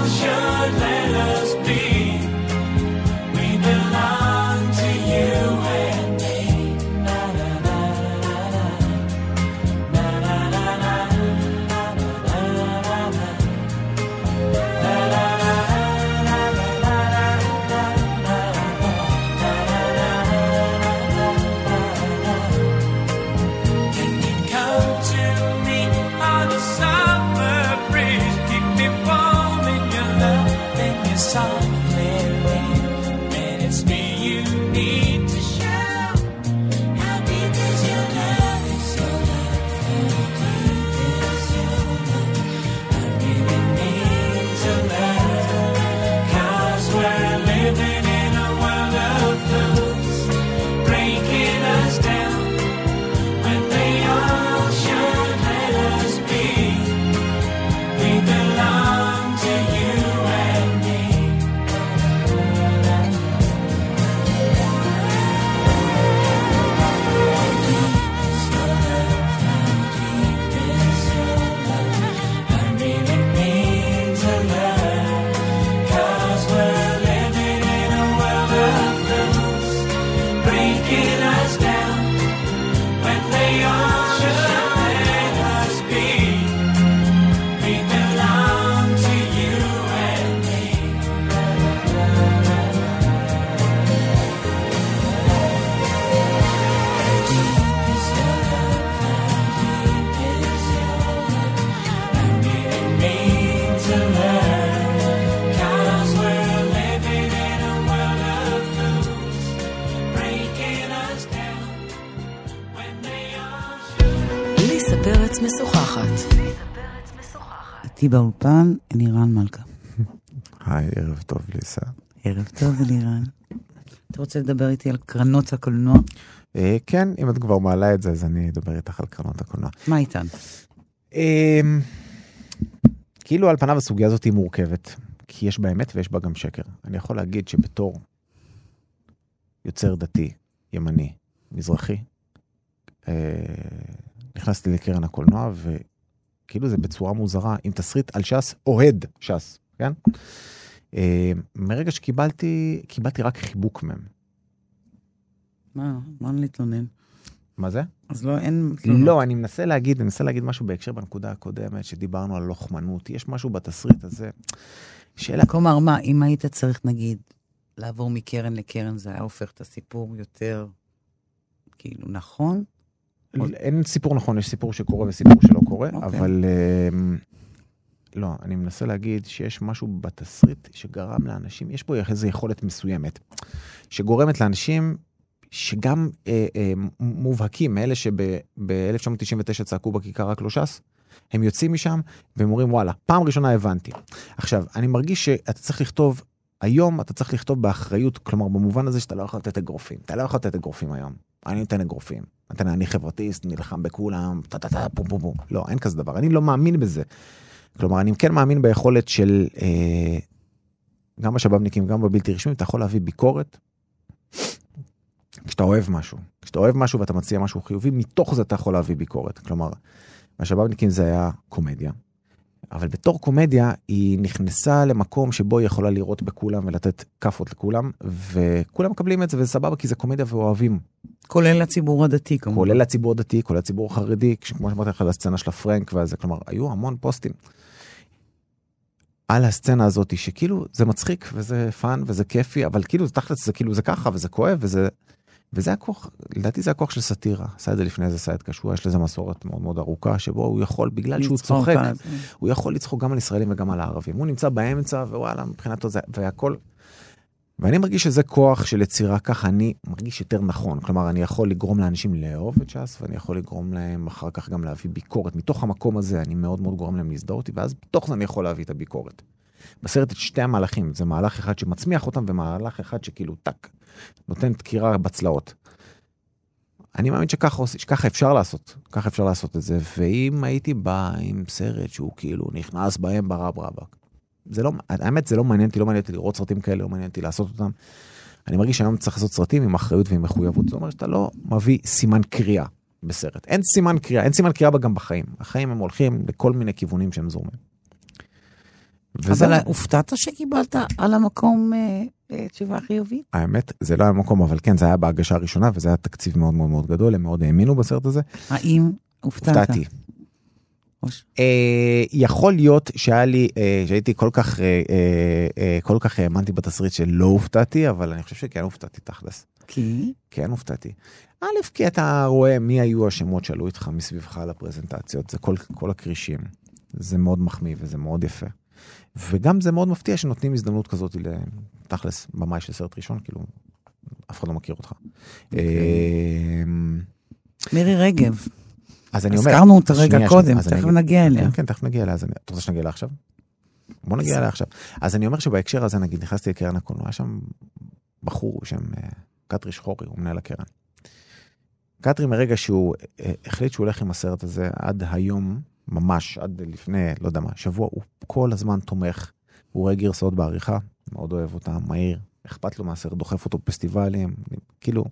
should let us be. We belong to you and me. Na na na na na na na na na na na na. פרץ משוחחת. איתי באולפן, אלירן מלכה. היי, ערב טוב ליסה. ערב טוב אלירן. אתה רוצה לדבר איתי על קרנות הקולנוע? כן, אם את כבר מעלה את זה, אז אני אדבר איתך על קרנות הקולנוע. מה איתן? כאילו על פניו הסוגיה הזאת היא מורכבת, כי יש בה אמת ויש בה גם שקר. אני יכול להגיד שבתור יוצר דתי, ימני, מזרחי, נכנסתי לקרן הקולנוע, וכאילו זה בצורה מוזרה, עם תסריט על ש"ס, אוהד ש"ס, כן? מרגע שקיבלתי רק חיבוק מהם. מה להתלונן? מה זה? אז לא, אין... לא, אני מנסה להגיד משהו בהקשר בנקודה הקודמת, שדיברנו על לוחמנות, יש משהו בתסריט הזה. שאלה... כלומר, מה, אם היית צריך, נגיד, לעבור מקרן לקרן, זה היה הופך את הסיפור יותר, כאילו, נכון? אין סיפור נכון, יש סיפור שקורה וסיפור שלא קורה, אבל לא, אני מנסה להגיד שיש משהו בתסריט שגרם לאנשים, יש פה איזו יכולת מסוימת, שגורמת לאנשים שגם מובהקים, מאלה שב-1999 צעקו בכיכר רק לא ש"ס, הם יוצאים משם והם אומרים, וואלה, פעם ראשונה הבנתי. עכשיו, אני מרגיש שאתה צריך לכתוב, היום אתה צריך לכתוב באחריות, כלומר במובן הזה שאתה לא יכול לתת אגרופים, אתה לא יכול לתת אגרופים היום. אני נותן אגרופים. אני חברתיסט, נלחם בכולם, פום פום פום. לא, אין כזה דבר. אני לא מאמין בזה. כלומר, אני כן מאמין ביכולת של, גם בשב"בניקים, גם בבלתי רשמיים, אתה יכול להביא ביקורת, כשאתה אוהב משהו. כשאתה אוהב משהו ואתה מציע משהו חיובי, מתוך זה אתה יכול להביא ביקורת. כלומר, בשב"בניקים זה היה קומדיה. אבל בתור קומדיה, היא נכנסה למקום שבו היא יכולה לראות בכולם ולתת כפות לכולם, וכולם מקבלים את זה, וזה סבבה, כי זה קומדיה ואוהבים. כולל לציבור הדתי, כמובן. כולל לציבור הדתי, כולל לציבור החרדי, כמו שאמרתי לך, הסצנה של הפרנק וזה, כלומר, היו המון פוסטים על הסצנה הזאת, שכאילו זה מצחיק, וזה פן, וזה כיפי, אבל כאילו, תכלס, זה כאילו, זה ככה, וזה כואב, וזה הכוח, לדעתי זה הכוח של סאטירה. עשה את זה לפני איזה סייד קשוע, יש לזה מסורת מאוד מאוד ארוכה, שבו הוא יכול, בגלל שהוא צוחק, הוא יכול לצחוק גם על ישראלים וגם על הערבים. הוא נמצא באמצע, ווואלה, מבחינתו זה, והכל. ואני מרגיש שזה כוח של יצירה, ככה אני מרגיש יותר נכון. כלומר, אני יכול לגרום לאנשים לאהוב את ש"ס, ואני יכול לגרום להם אחר כך גם להביא ביקורת. מתוך המקום הזה, אני מאוד מאוד גורם להם להזדהות, ואז בתוך זה אני יכול להביא את הביקורת. בסרט את שתי המהלכים, זה מהלך אחד שמצמיח אותם, ומהלך אחד שכאילו טק, נותן תקירה בצלעות. אני מאמין שככה אפשר לעשות, ככה אפשר לעשות את זה, ואם הייתי בא עם סרט שהוא כאילו נכנס בהם ברב רבק, זה לא, האמת זה לא מעניין אותי לראות סרטים כאלה, לא מעניין אותי לעשות אותם. אני מרגיש שהיום צריך לעשות סרטים עם אחריות ועם מחויבות, זאת אומרת שאתה לא מביא סימן קריאה בסרט. אין סימן קריאה גם בחיים. החיים הם הולכים לכל מיני כיוונים שהם זורמים. אבל הופתעת שקיבלת על המקום תשובה חיובית? האמת, זה לא היה מקום, אבל כן, זה היה בהגשה הראשונה, וזה היה תקציב מאוד מאוד מאוד גדול, הם מאוד האמינו בסרט הזה. האם הופתעת? הופתעתי. יכול להיות שהייתי כל כך האמנתי בתסריט שלא הופתעתי, אבל אני חושב שכן הופתעתי תכלס. כי? כן הופתעתי. א', כי אתה רואה מי היו השמות שעלו איתך מסביבך לפרזנטציות, זה כל הקרישים. זה מאוד מחמיא וזה מאוד יפה. וגם זה מאוד מפתיע שנותנים הזדמנות כזאת לתכלס במאי של סרט ראשון, כאילו אף אחד לא מכיר אותך. מירי רגב. אז אני אומר... הזכרנו אותה רגע קודם, תכף נגיע אליה. כן, תכף נגיע אליה. אתה רוצה שנגיע אליה עכשיו? בוא נגיע אליה עכשיו. אז אני אומר שבהקשר הזה, נגיד, נכנסתי לקרן הקולנוע, היה שם בחור שם קטרי שחורי, הוא מנהל הקרן. קטרי מרגע שהוא החליט שהוא הולך עם הסרט הזה עד היום, ממש, עד לפני, לא יודע מה, שבוע, הוא כל הזמן תומך, הוא רואה גרסאות בעריכה, מאוד אוהב אותה, מהיר, אכפת לו מהסרט, דוחף אותו בפסטיבלים, כאילו,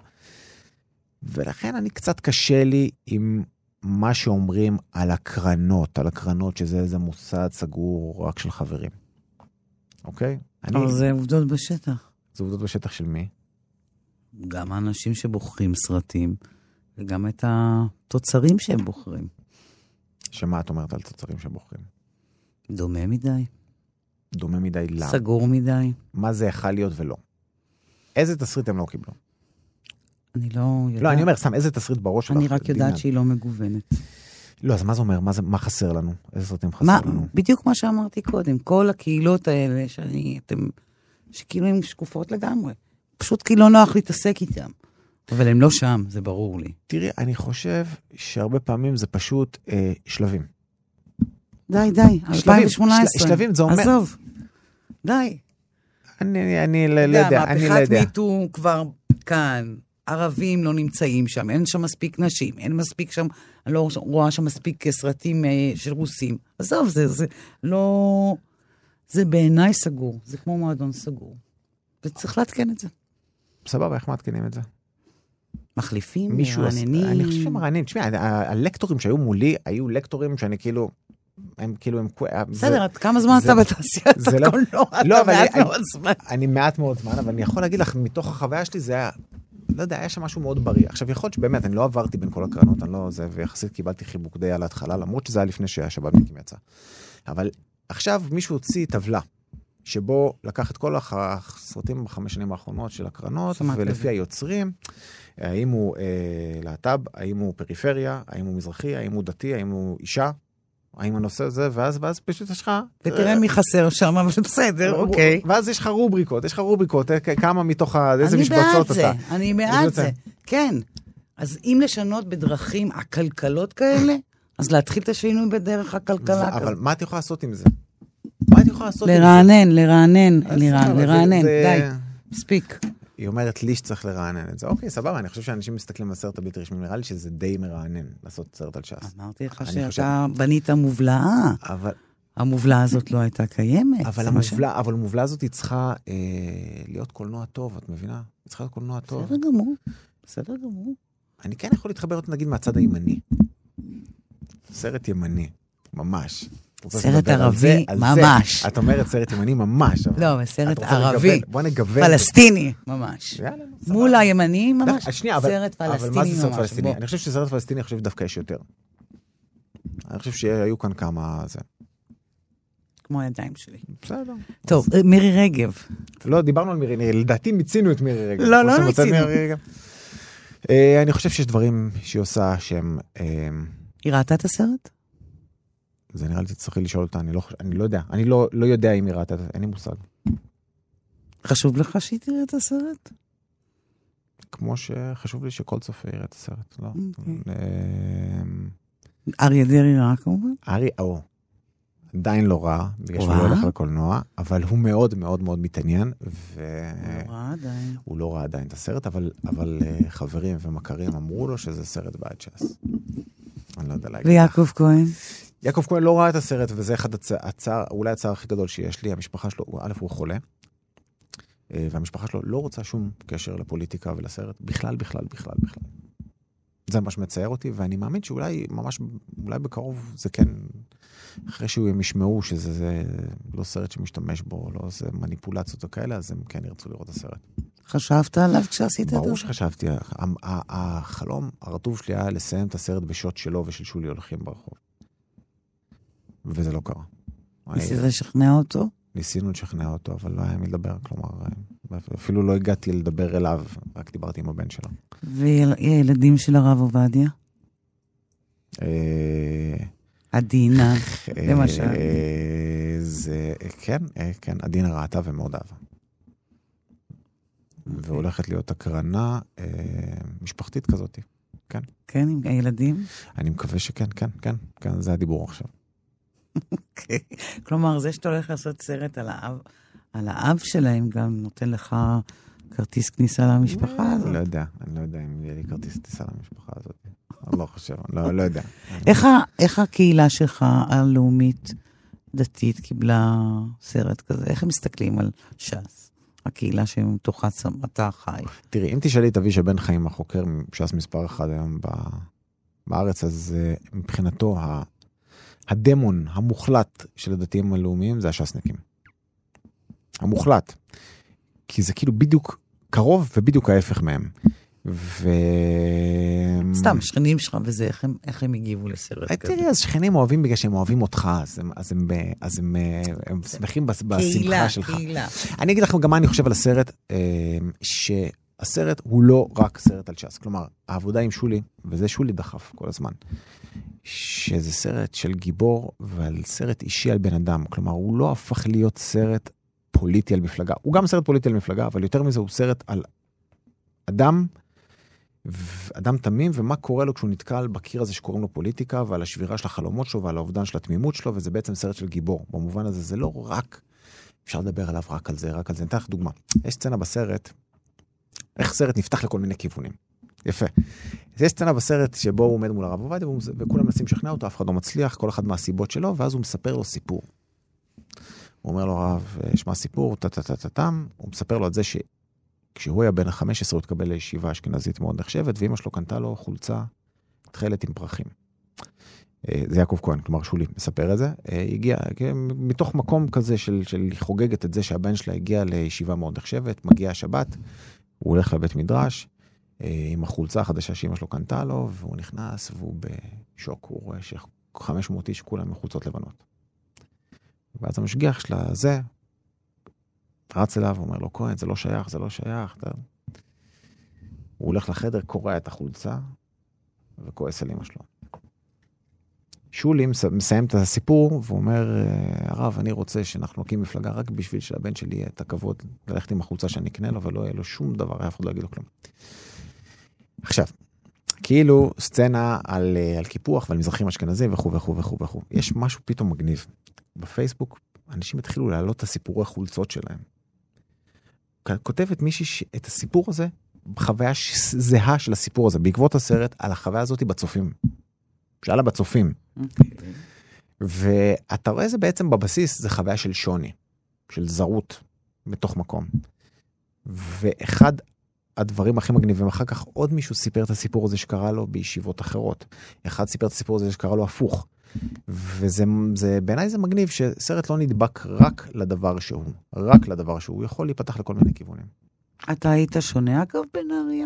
ולכן אני קצת קשה לי עם מה שאומרים על הקרנות שזה איזה מוסד סגור רק של חברים. אוקיי? אבל זה עובדות בשטח. זה עובדות בשטח של מי? גם האנשים שבוחרים סרטים, וגם את התוצרים שהם בוחרים. שמה את אומרת על תוצרים שבוחרים? דומה מדי. דומה מדי למה? סגור מדי. מה זה יכול להיות ולא? איזה תסריט הם לא קיבלו? אני לא יודעת. לא, אני אומר, סתם, איזה תסריט בראש שלך? אני רק יודעת שהיא לא מגוונת. לא, אז מה זה אומר? מה חסר לנו? איזה סרטים חסר לנו? בדיוק מה שאמרתי קודם. כל הקהילות האלה שכאילו הן שקופות לגמרי. פשוט כי לא נוח להתעסק איתם. אבל הם לא שם, זה ברור לי. תראי, אני חושב שהרבה פעמים זה פשוט שלבים. די, 2018. שלבים, זה אומר... עזוב, די. אני לא יודע. מהפכת מיטו כבר כאן. ערבים לא נמצאים שם, אין שם מספיק נשים, אין מספיק שם, אני לא רואה שם מספיק סרטים של רוסים. עזוב, זה לא... זה בעיניי סגור, זה כמו מועדון סגור. וצריך להתקן את זה. סבבה, איך מתקנים את זה? מחליפים, מרעננים. אני חושב שמרעננים. תשמע, הלקטורים שהיו מולי, היו לקטורים שאני כאילו... הם בסדר, כמה זמן אתה בתעשיית הקולנוע? אתה מעט מאוד זמן. אני מעט מאוד זמן, אבל אני יכול להגיד לך, מתוך החוויה שלי זה היה... לא יודע, היה שם משהו מאוד בריא. עכשיו, יכול להיות שבאמת, אני לא עברתי בין כל הקרנות, אני לא זה, ויחסית קיבלתי חיבוק די על ההתחלה, למרות שזה היה לפני שהשב"כניקים יצא. אבל עכשיו מישהו הוציא טבלה, שבו לקח את כל הסרטים בחמש שנים האחרונות של הקרנות, ולפי היוצרים, האם הוא להט"ב, האם הוא פריפריה, האם הוא מזרחי, האם הוא דתי, האם הוא אישה, האם הנושא הזה, ואז פשוט יש לך... ותראה מי חסר שם, אבל בסדר, אוקיי. ואז יש לך רובריקות, כמה מתוך איזה משבצות אתה. אני בעד זה, כן. אז אם לשנות בדרכים הכלכלות כאלה, אז להתחיל את השינוי בדרך הכלכלה. אבל מה את יכולה לעשות עם זה? לרענן, די, מספיק. היא אומרת לי שצריך לרענן את זה. אוקיי, סבבה, אני חושב שאנשים מסתכלים על סרט הבלתי רשמי, נראה לי שזה די מרענן לעשות סרט על ש"ס. אמרתי לך שאתה בנית מובלעה. המובלעה הזאת לא הייתה קיימת. אבל המובלעה הזאת היא צריכה להיות קולנוע טוב, את מבינה? היא צריכה להיות קולנוע טוב. בסדר גמור. אני כן יכול להתחבר נגיד מהצד הימני. סרט ימני, ממש. סרט ערבי, ממש. את אומרת סרט ימני ממש. לא, סרט ערבי. בוא נגוון. פלסטיני, ממש. מול הימני, ממש. סרט פלסטיני, ממש. אבל מה זה סרט פלסטיני? אני חושב שסרט פלסטיני, אני חושב שדווקא יש יותר. אני חושב שהיו כאן כמה... כמו הידיים שלי. בסדר. טוב, מירי רגב. לא, דיברנו על מירי רגב. לדעתי מיצינו את מירי רגב. לא מיצינו. אני חושב שיש דברים שהיא עושה שהם... היא ראתה את הסרט? זה נראה לי תצטרכי לשאול אותה, אני לא יודע. אני לא יודע אם היא ראתה, אין לי מושג. חשוב לך שהיא תראה את הסרט? כמו שחשוב לי שכל צופה יראה את הסרט, לא? אריה דרעי ראה כמובן? עדיין לא ראה, בגלל שהוא לא הולך לקולנוע, אבל הוא מאוד מאוד מאוד מתעניין, הוא לא ראה עדיין את הסרט, אבל חברים ומכרים אמרו לו שזה סרט בעד ש"ס. אני לא יודע להגיד. ויעקב כהן? יעקב כהן לא ראה את הסרט, וזה אחד אולי הצער הכי גדול שיש לי. המשפחה שלו, א', הוא חולה, והמשפחה שלו לא רוצה שום קשר לפוליטיקה ולסרט, בכלל. זה ממש מצייר אותי, ואני מאמין שאולי ממש, אולי בקרוב זה כן אחרי שהם ישמעו שזה לא סרט שמשתמש בו, לא זה מניפולציות או כאלה, אז הם כן ירצו לראות את הסרט. חשבת עליו כשעשית את זה? ברור שחשבתי. החלום הרטוב שלי היה לסיים את הסרט בשוט שלו ושל שולי הולכים ברחוב. וזה לא קרה. ניסית לשכנע אותו? ניסינו לשכנע אותו, אבל לא היה מי לדבר, כלומר, אפילו לא הגעתי לדבר אליו, רק דיברתי עם הבן שלו. וילדים של הרב עובדיה? עדינה, למשל. זה, כן, עדינה ראתה ומאוד אהבה. והולכת להיות הקרנה משפחתית כזאת, כן. כן, עם הילדים? אני מקווה שכן, כן, זה הדיבור עכשיו. אוקיי. כלומר, זה שאתה הולך לעשות סרט על האב שלהם, גם נותן לך כרטיס כניסה למשפחה הזאת. אני לא יודע אם יהיה לי כרטיס כניסה למשפחה הזאת. אני לא חושב, לא יודע. איך הקהילה שלך הלאומית דתית קיבלה סרט כזה? איך הם מסתכלים על ש"ס? הקהילה שמתוכה אתה חי. תראי, אם תשאלי את אבישי בן חיים, החוקר ש"ס מספר 1 היום בארץ, אז מבחינתו הדמון המוחלט של הדתיים הלאומיים זה הש"סניקים. המוחלט. כי זה כאילו בדיוק קרוב ובדיוק ההפך מהם. סתם, שכנים שלך וזה, איך הם הגיבו לסרט כזה? תראי, אז שכנים אוהבים בגלל שהם אוהבים אותך, אז הם שמחים בשמחה שלך. קהילה. אני אגיד לכם גם מה אני חושב על הסרט, שהסרט הוא לא רק סרט על ש"ס. כלומר, העבודה עם שולי, וזה שולי דחף כל הזמן, שזה סרט של גיבור ועל סרט אישי על בן אדם. כלומר, הוא לא הפך להיות סרט פוליטי על מפלגה. הוא גם סרט פוליטי על מפלגה, אבל יותר מזה הוא סרט על אדם תמים, ומה קורה לו כשהוא נתקל בקיר הזה שקוראים לו פוליטיקה, ועל השבירה של החלומות שלו, ועל האובדן של התמימות שלו, וזה בעצם סרט של גיבור. במובן הזה, זה לא רק, אפשר לדבר עליו רק על זה. נתן לך דוגמה. יש סצנה בסרט, איך סרט נפתח לכל מיני כיוונים. יפה. יש סצנה בסרט שבו הוא עומד מול הרב עובדיה, וכולם מנסים לשכנע אותו, אף אחד לא מצליח, כל אחד מהסיבות שלו, ואז הוא מספר לו סיפור. הוא אומר לו, הרב, יש מה סיפור, הוא מספר לו את זה כשהוא היה בן 15 הוא התקבל לישיבה אשכנזית מאוד נחשבת, ואמא שלו קנתה לו חולצה תכלת עם פרחים. זה יעקב כהן, כלומר שולי מספר את זה. הגיע מתוך מקום כזה של חוגגת את זה שהבן שלה הגיע לישיבה מאוד נחשבת, מגיע השבת, הוא הולך לבית מדרש, עם החולצה החדשה שאמא שלו קנתה לו, והוא נכנס והוא בשוק, הוא רואה ש500 איש כולם עם חולצות לבנות. ואז המשגיח שלה זה, רץ אליו, הוא אומר לו, כהן, זה לא שייך. הוא הולך לחדר, קורע את החולצה, וכועס על אמא שלו. שולי מסיים את הסיפור, והוא אומר, הרב, אני רוצה שאנחנו נקים מפלגה רק בשביל שהבן שלי יהיה את הכבוד ללכת עם החולצה שאני אקנה לו, ולא יהיה לו שום דבר, אף אחד לא יגיד לו כלום. עכשיו, כאילו סצנה על קיפוח ועל מזרחים אשכנזים וכו'. יש משהו פתאום מגניב. בפייסבוק, אנשים התחילו להעלות את הסיפורי חולצות שלהם. כותבת מישהי את הסיפור הזה, בחוויה זהה של הסיפור הזה, בעקבות הסרט, על החוויה הזאת בצופים. שאלה בצופים. ואתה רואה זה בעצם בבסיס, זה חוויה של שוני, של זרות בתוך מקום. ואחד הדברים הכי מגניבים, אחר כך עוד מישהו סיפר את הסיפור הזה שקרה לו בישיבות אחרות. אחד סיפר את הסיפור הזה שקרה לו הפוך. בעיניי זה מגניב שסרט לא נדבק רק לדבר שהוא יכול להיפתח לכל מיני כיוונים. אתה היית שונה אגב בנהריה?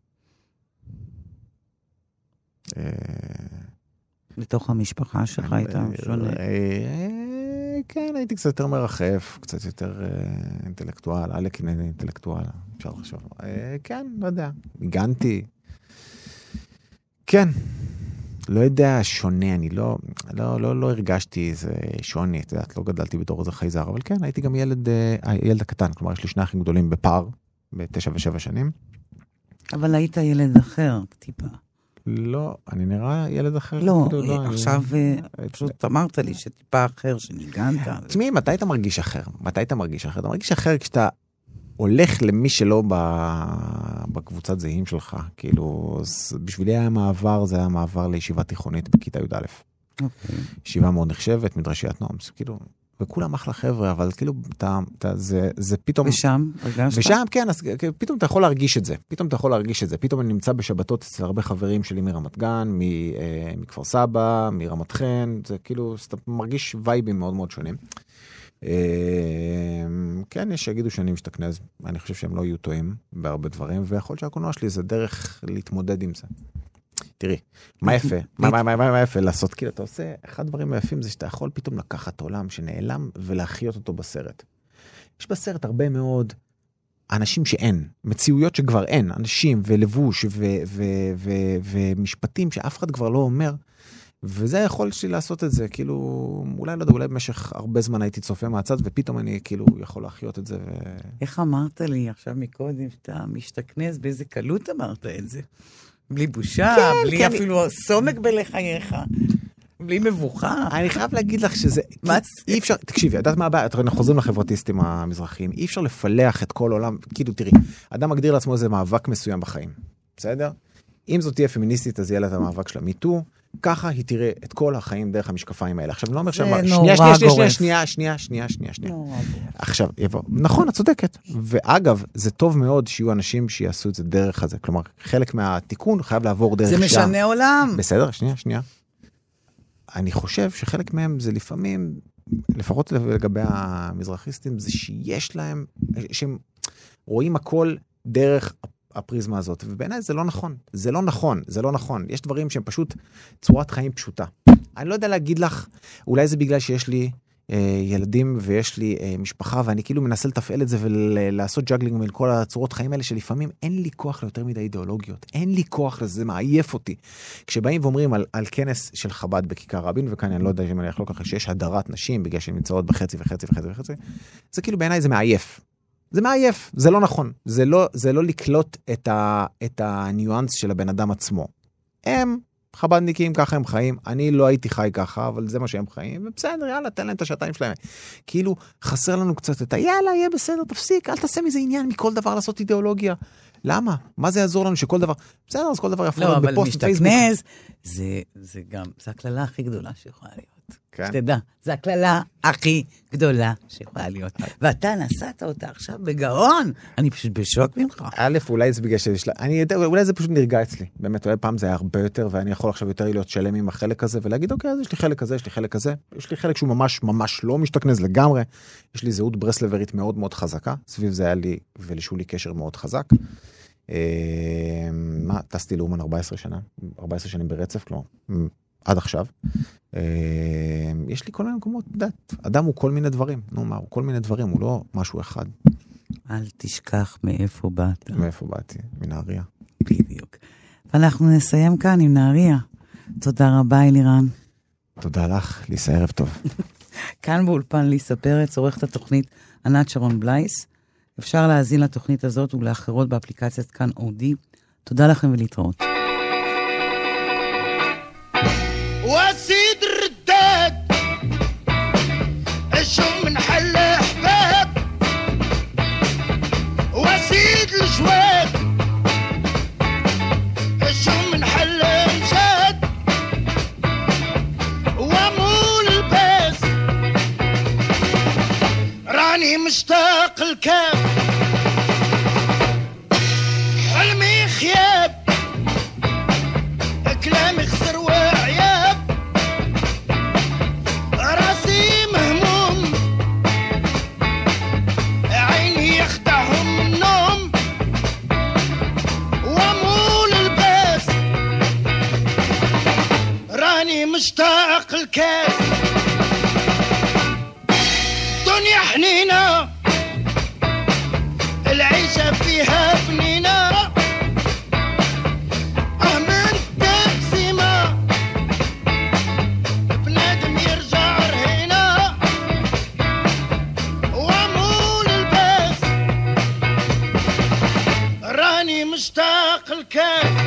לתוך המשפחה שלך היית שונה? כן, הייתי קצת יותר מרחף, קצת יותר אינטלקטואל, אינטלקטואל, אפשר לחשוב. כן, לא יודע, הגנתי. כן. לא יודע, שונה, אני לא הרגשתי איזה שוני, את יודעת, לא גדלתי בתור איזה חייזר, אבל כן, הייתי גם ילד הקטן, כלומר, יש לי שני אחים גדולים בפער, ב9 ו7 שנים. אבל היית ילד אחר, טיפה. לא, אני נראה ילד אחר. לא, עכשיו פשוט אמרת לי שטיפה אחר, שניגנת. תשמעי, מתי אתה מרגיש אחר? אתה מרגיש אחר כשאתה הולך למי שלא בקבוצת זהים שלך, כאילו, בשבילי היה מעבר, זה היה מעבר לישיבה תיכונית בכיתה י"א. ישיבה מאוד נחשבת, מדרשיית נועם, כאילו, וכולם אחלה חבר'ה, אבל כאילו, זה פתאום... ושם, ושם, כן, אז פתאום אתה יכול להרגיש את זה. פתאום אני נמצא בשבתות אצל הרבה חברים שלי מרמת גן, מכפר סבא, מרמת חן, זה כאילו, אתה מרגיש וייבים מאוד מאוד שונים. כן, יש שיגידו שאני משתכנז, אני חושב שהם לא יהיו טועים בהרבה דברים, ויכול להיות שהקולנוע שלי זה דרך להתמודד עם זה. תראי, מה יפה? מה יפה לעשות? כאילו, אתה עושה, אחד הדברים היפים זה שאתה יכול פתאום לקחת עולם שנעלם ולהחיות אותו בסרט. יש בסרט הרבה מאוד אנשים שאין, מציאויות שכבר אין, אנשים ולבוש ומשפטים שאף אחד כבר לא אומר, וזה יכול שלי לעשות את זה, כאילו, אולי לא יודע, אולי במשך הרבה זמן הייתי צופה מהצד, ופתאום אני כאילו יכול להחיות את זה. איך אמרת לי עכשיו מקודם שאתה משתכנז, באיזה קלות אמרת את זה? בלי בושה, בלי אפילו סומק בלחייך, בלי מבוכה. אני חייב להגיד לך שזה... אי אפשר, תקשיבי, יודעת מה הבעיה? אנחנו חוזרים לחברתיסטים המזרחיים, אי אפשר לפלח את כל עולם, כאילו תראי, אדם מגדיר לעצמו איזה מאבק מסוים בחיים, בסדר? אם זאת תהיה פמיניסטית, אז יהיה לה את המאבק שלה מיטו, ככה היא תראה את כל החיים דרך המשקפיים האלה. עכשיו, אני לא אומר שנייה. עכשיו, יבוא. נכון, את צודקת. ואגב, זה טוב מאוד שיהיו אנשים שיעשו את זה דרך הזה. כלומר, חלק מהתיקון חייב לעבור דרך שם. זה משנה עולם. בסדר, שנייה. אני חושב שחלק מהם זה לפעמים, לפחות לגבי המזרחיסטים, זה שיש להם, שהם רואים הכל דרך הפריזמה הזאת, ובעיניי זה לא נכון. יש דברים שהם פשוט צורת חיים פשוטה. אני לא יודע להגיד לך, אולי זה בגלל שיש לי ילדים ויש לי משפחה, ואני כאילו מנסה לתפעל את זה ולעשות ג'אגלינג מול כל הצורות חיים האלה, שלפעמים אין לי כוח ליותר מדי אידיאולוגיות. אין לי כוח לזה, זה מעייף אותי. כשבאים ואומרים על כנס של חב"ד בכיכר רבין, וכאן אני לא יודע אם אני אחלוק אחרי שיש הדרת נשים, בגלל שהן נמצאות בחצי, זה כאילו בעיניי זה מעייף. זה מעייף, זה לא נכון. זה לא לקלוט את הניואנס של הבן אדם עצמו. הם חב"דניקים, ככה הם חיים. אני לא הייתי חי ככה, אבל זה מה שהם חיים. ובסדר, יאללה, תן להם את השעתיים שלהם. כאילו, חסר לנו קצת את יאללה, יהיה בסדר, תפסיק, אל תעשה מזה עניין מכל דבר לעשות אידיאולוגיה. למה? מה זה יעזור לנו שכל דבר... בסדר, אז כל דבר יפור לא, אבל משתכנז, זה גם, זה הכללה הכי גדולה שיכולה להיות. כן. שתדע, זה הכללה הכי גדולה שיכולה להיות. ואתה נסעת אותה עכשיו בגאון. אני פשוט בשוק ממך. א', אולי זה בגלל שיש לה... אולי זה פשוט נרגע אצלי. באמת, אולי פעם זה היה הרבה יותר, ואני יכול עכשיו יותר להיות שלם עם החלק הזה, ולהגיד, אוקיי, אז יש לי חלק כזה, יש לי חלק שהוא ממש לא משתכנז לגמרי. יש לי זהות ברסלברית מאוד מאוד חזקה. סביב זה היה לי ולשולי קשר מאוד חזק. טסתי לאומן 14 שנים ברצף, כלומר, עד עכשיו. יש לי כל מיני מקומות, אדם הוא כל מיני דברים, הוא כל מיני דברים, הוא לא משהו אחד. אל תשכח מאיפה באת. מאיפה באתי, מנהריה. בדיוק. ואנחנו נסיים כאן עם נהריה. תודה רבה, אלירן. תודה לך, ליסה, ערב טוב. כאן באולפן ליסה פרץ, עורכת התוכנית ענת שרון בלייס. אפשר להאזין לתוכנית הזאת ולאחרות באפליקציית כאן אודי. תודה לכם ולהתראות. وسيد الرداد شو من حل احباب وسيد الجواد شو من حل مشاد ومول الباس راني مشتاق الكاف حلمي خياب كلامي خسر وعياب راسي مهموم عيني يخدعهم النوم ومول الباس راني مشتاق الكاس دنيا حنينة العيشة فيها بنينة مشتاق الكاف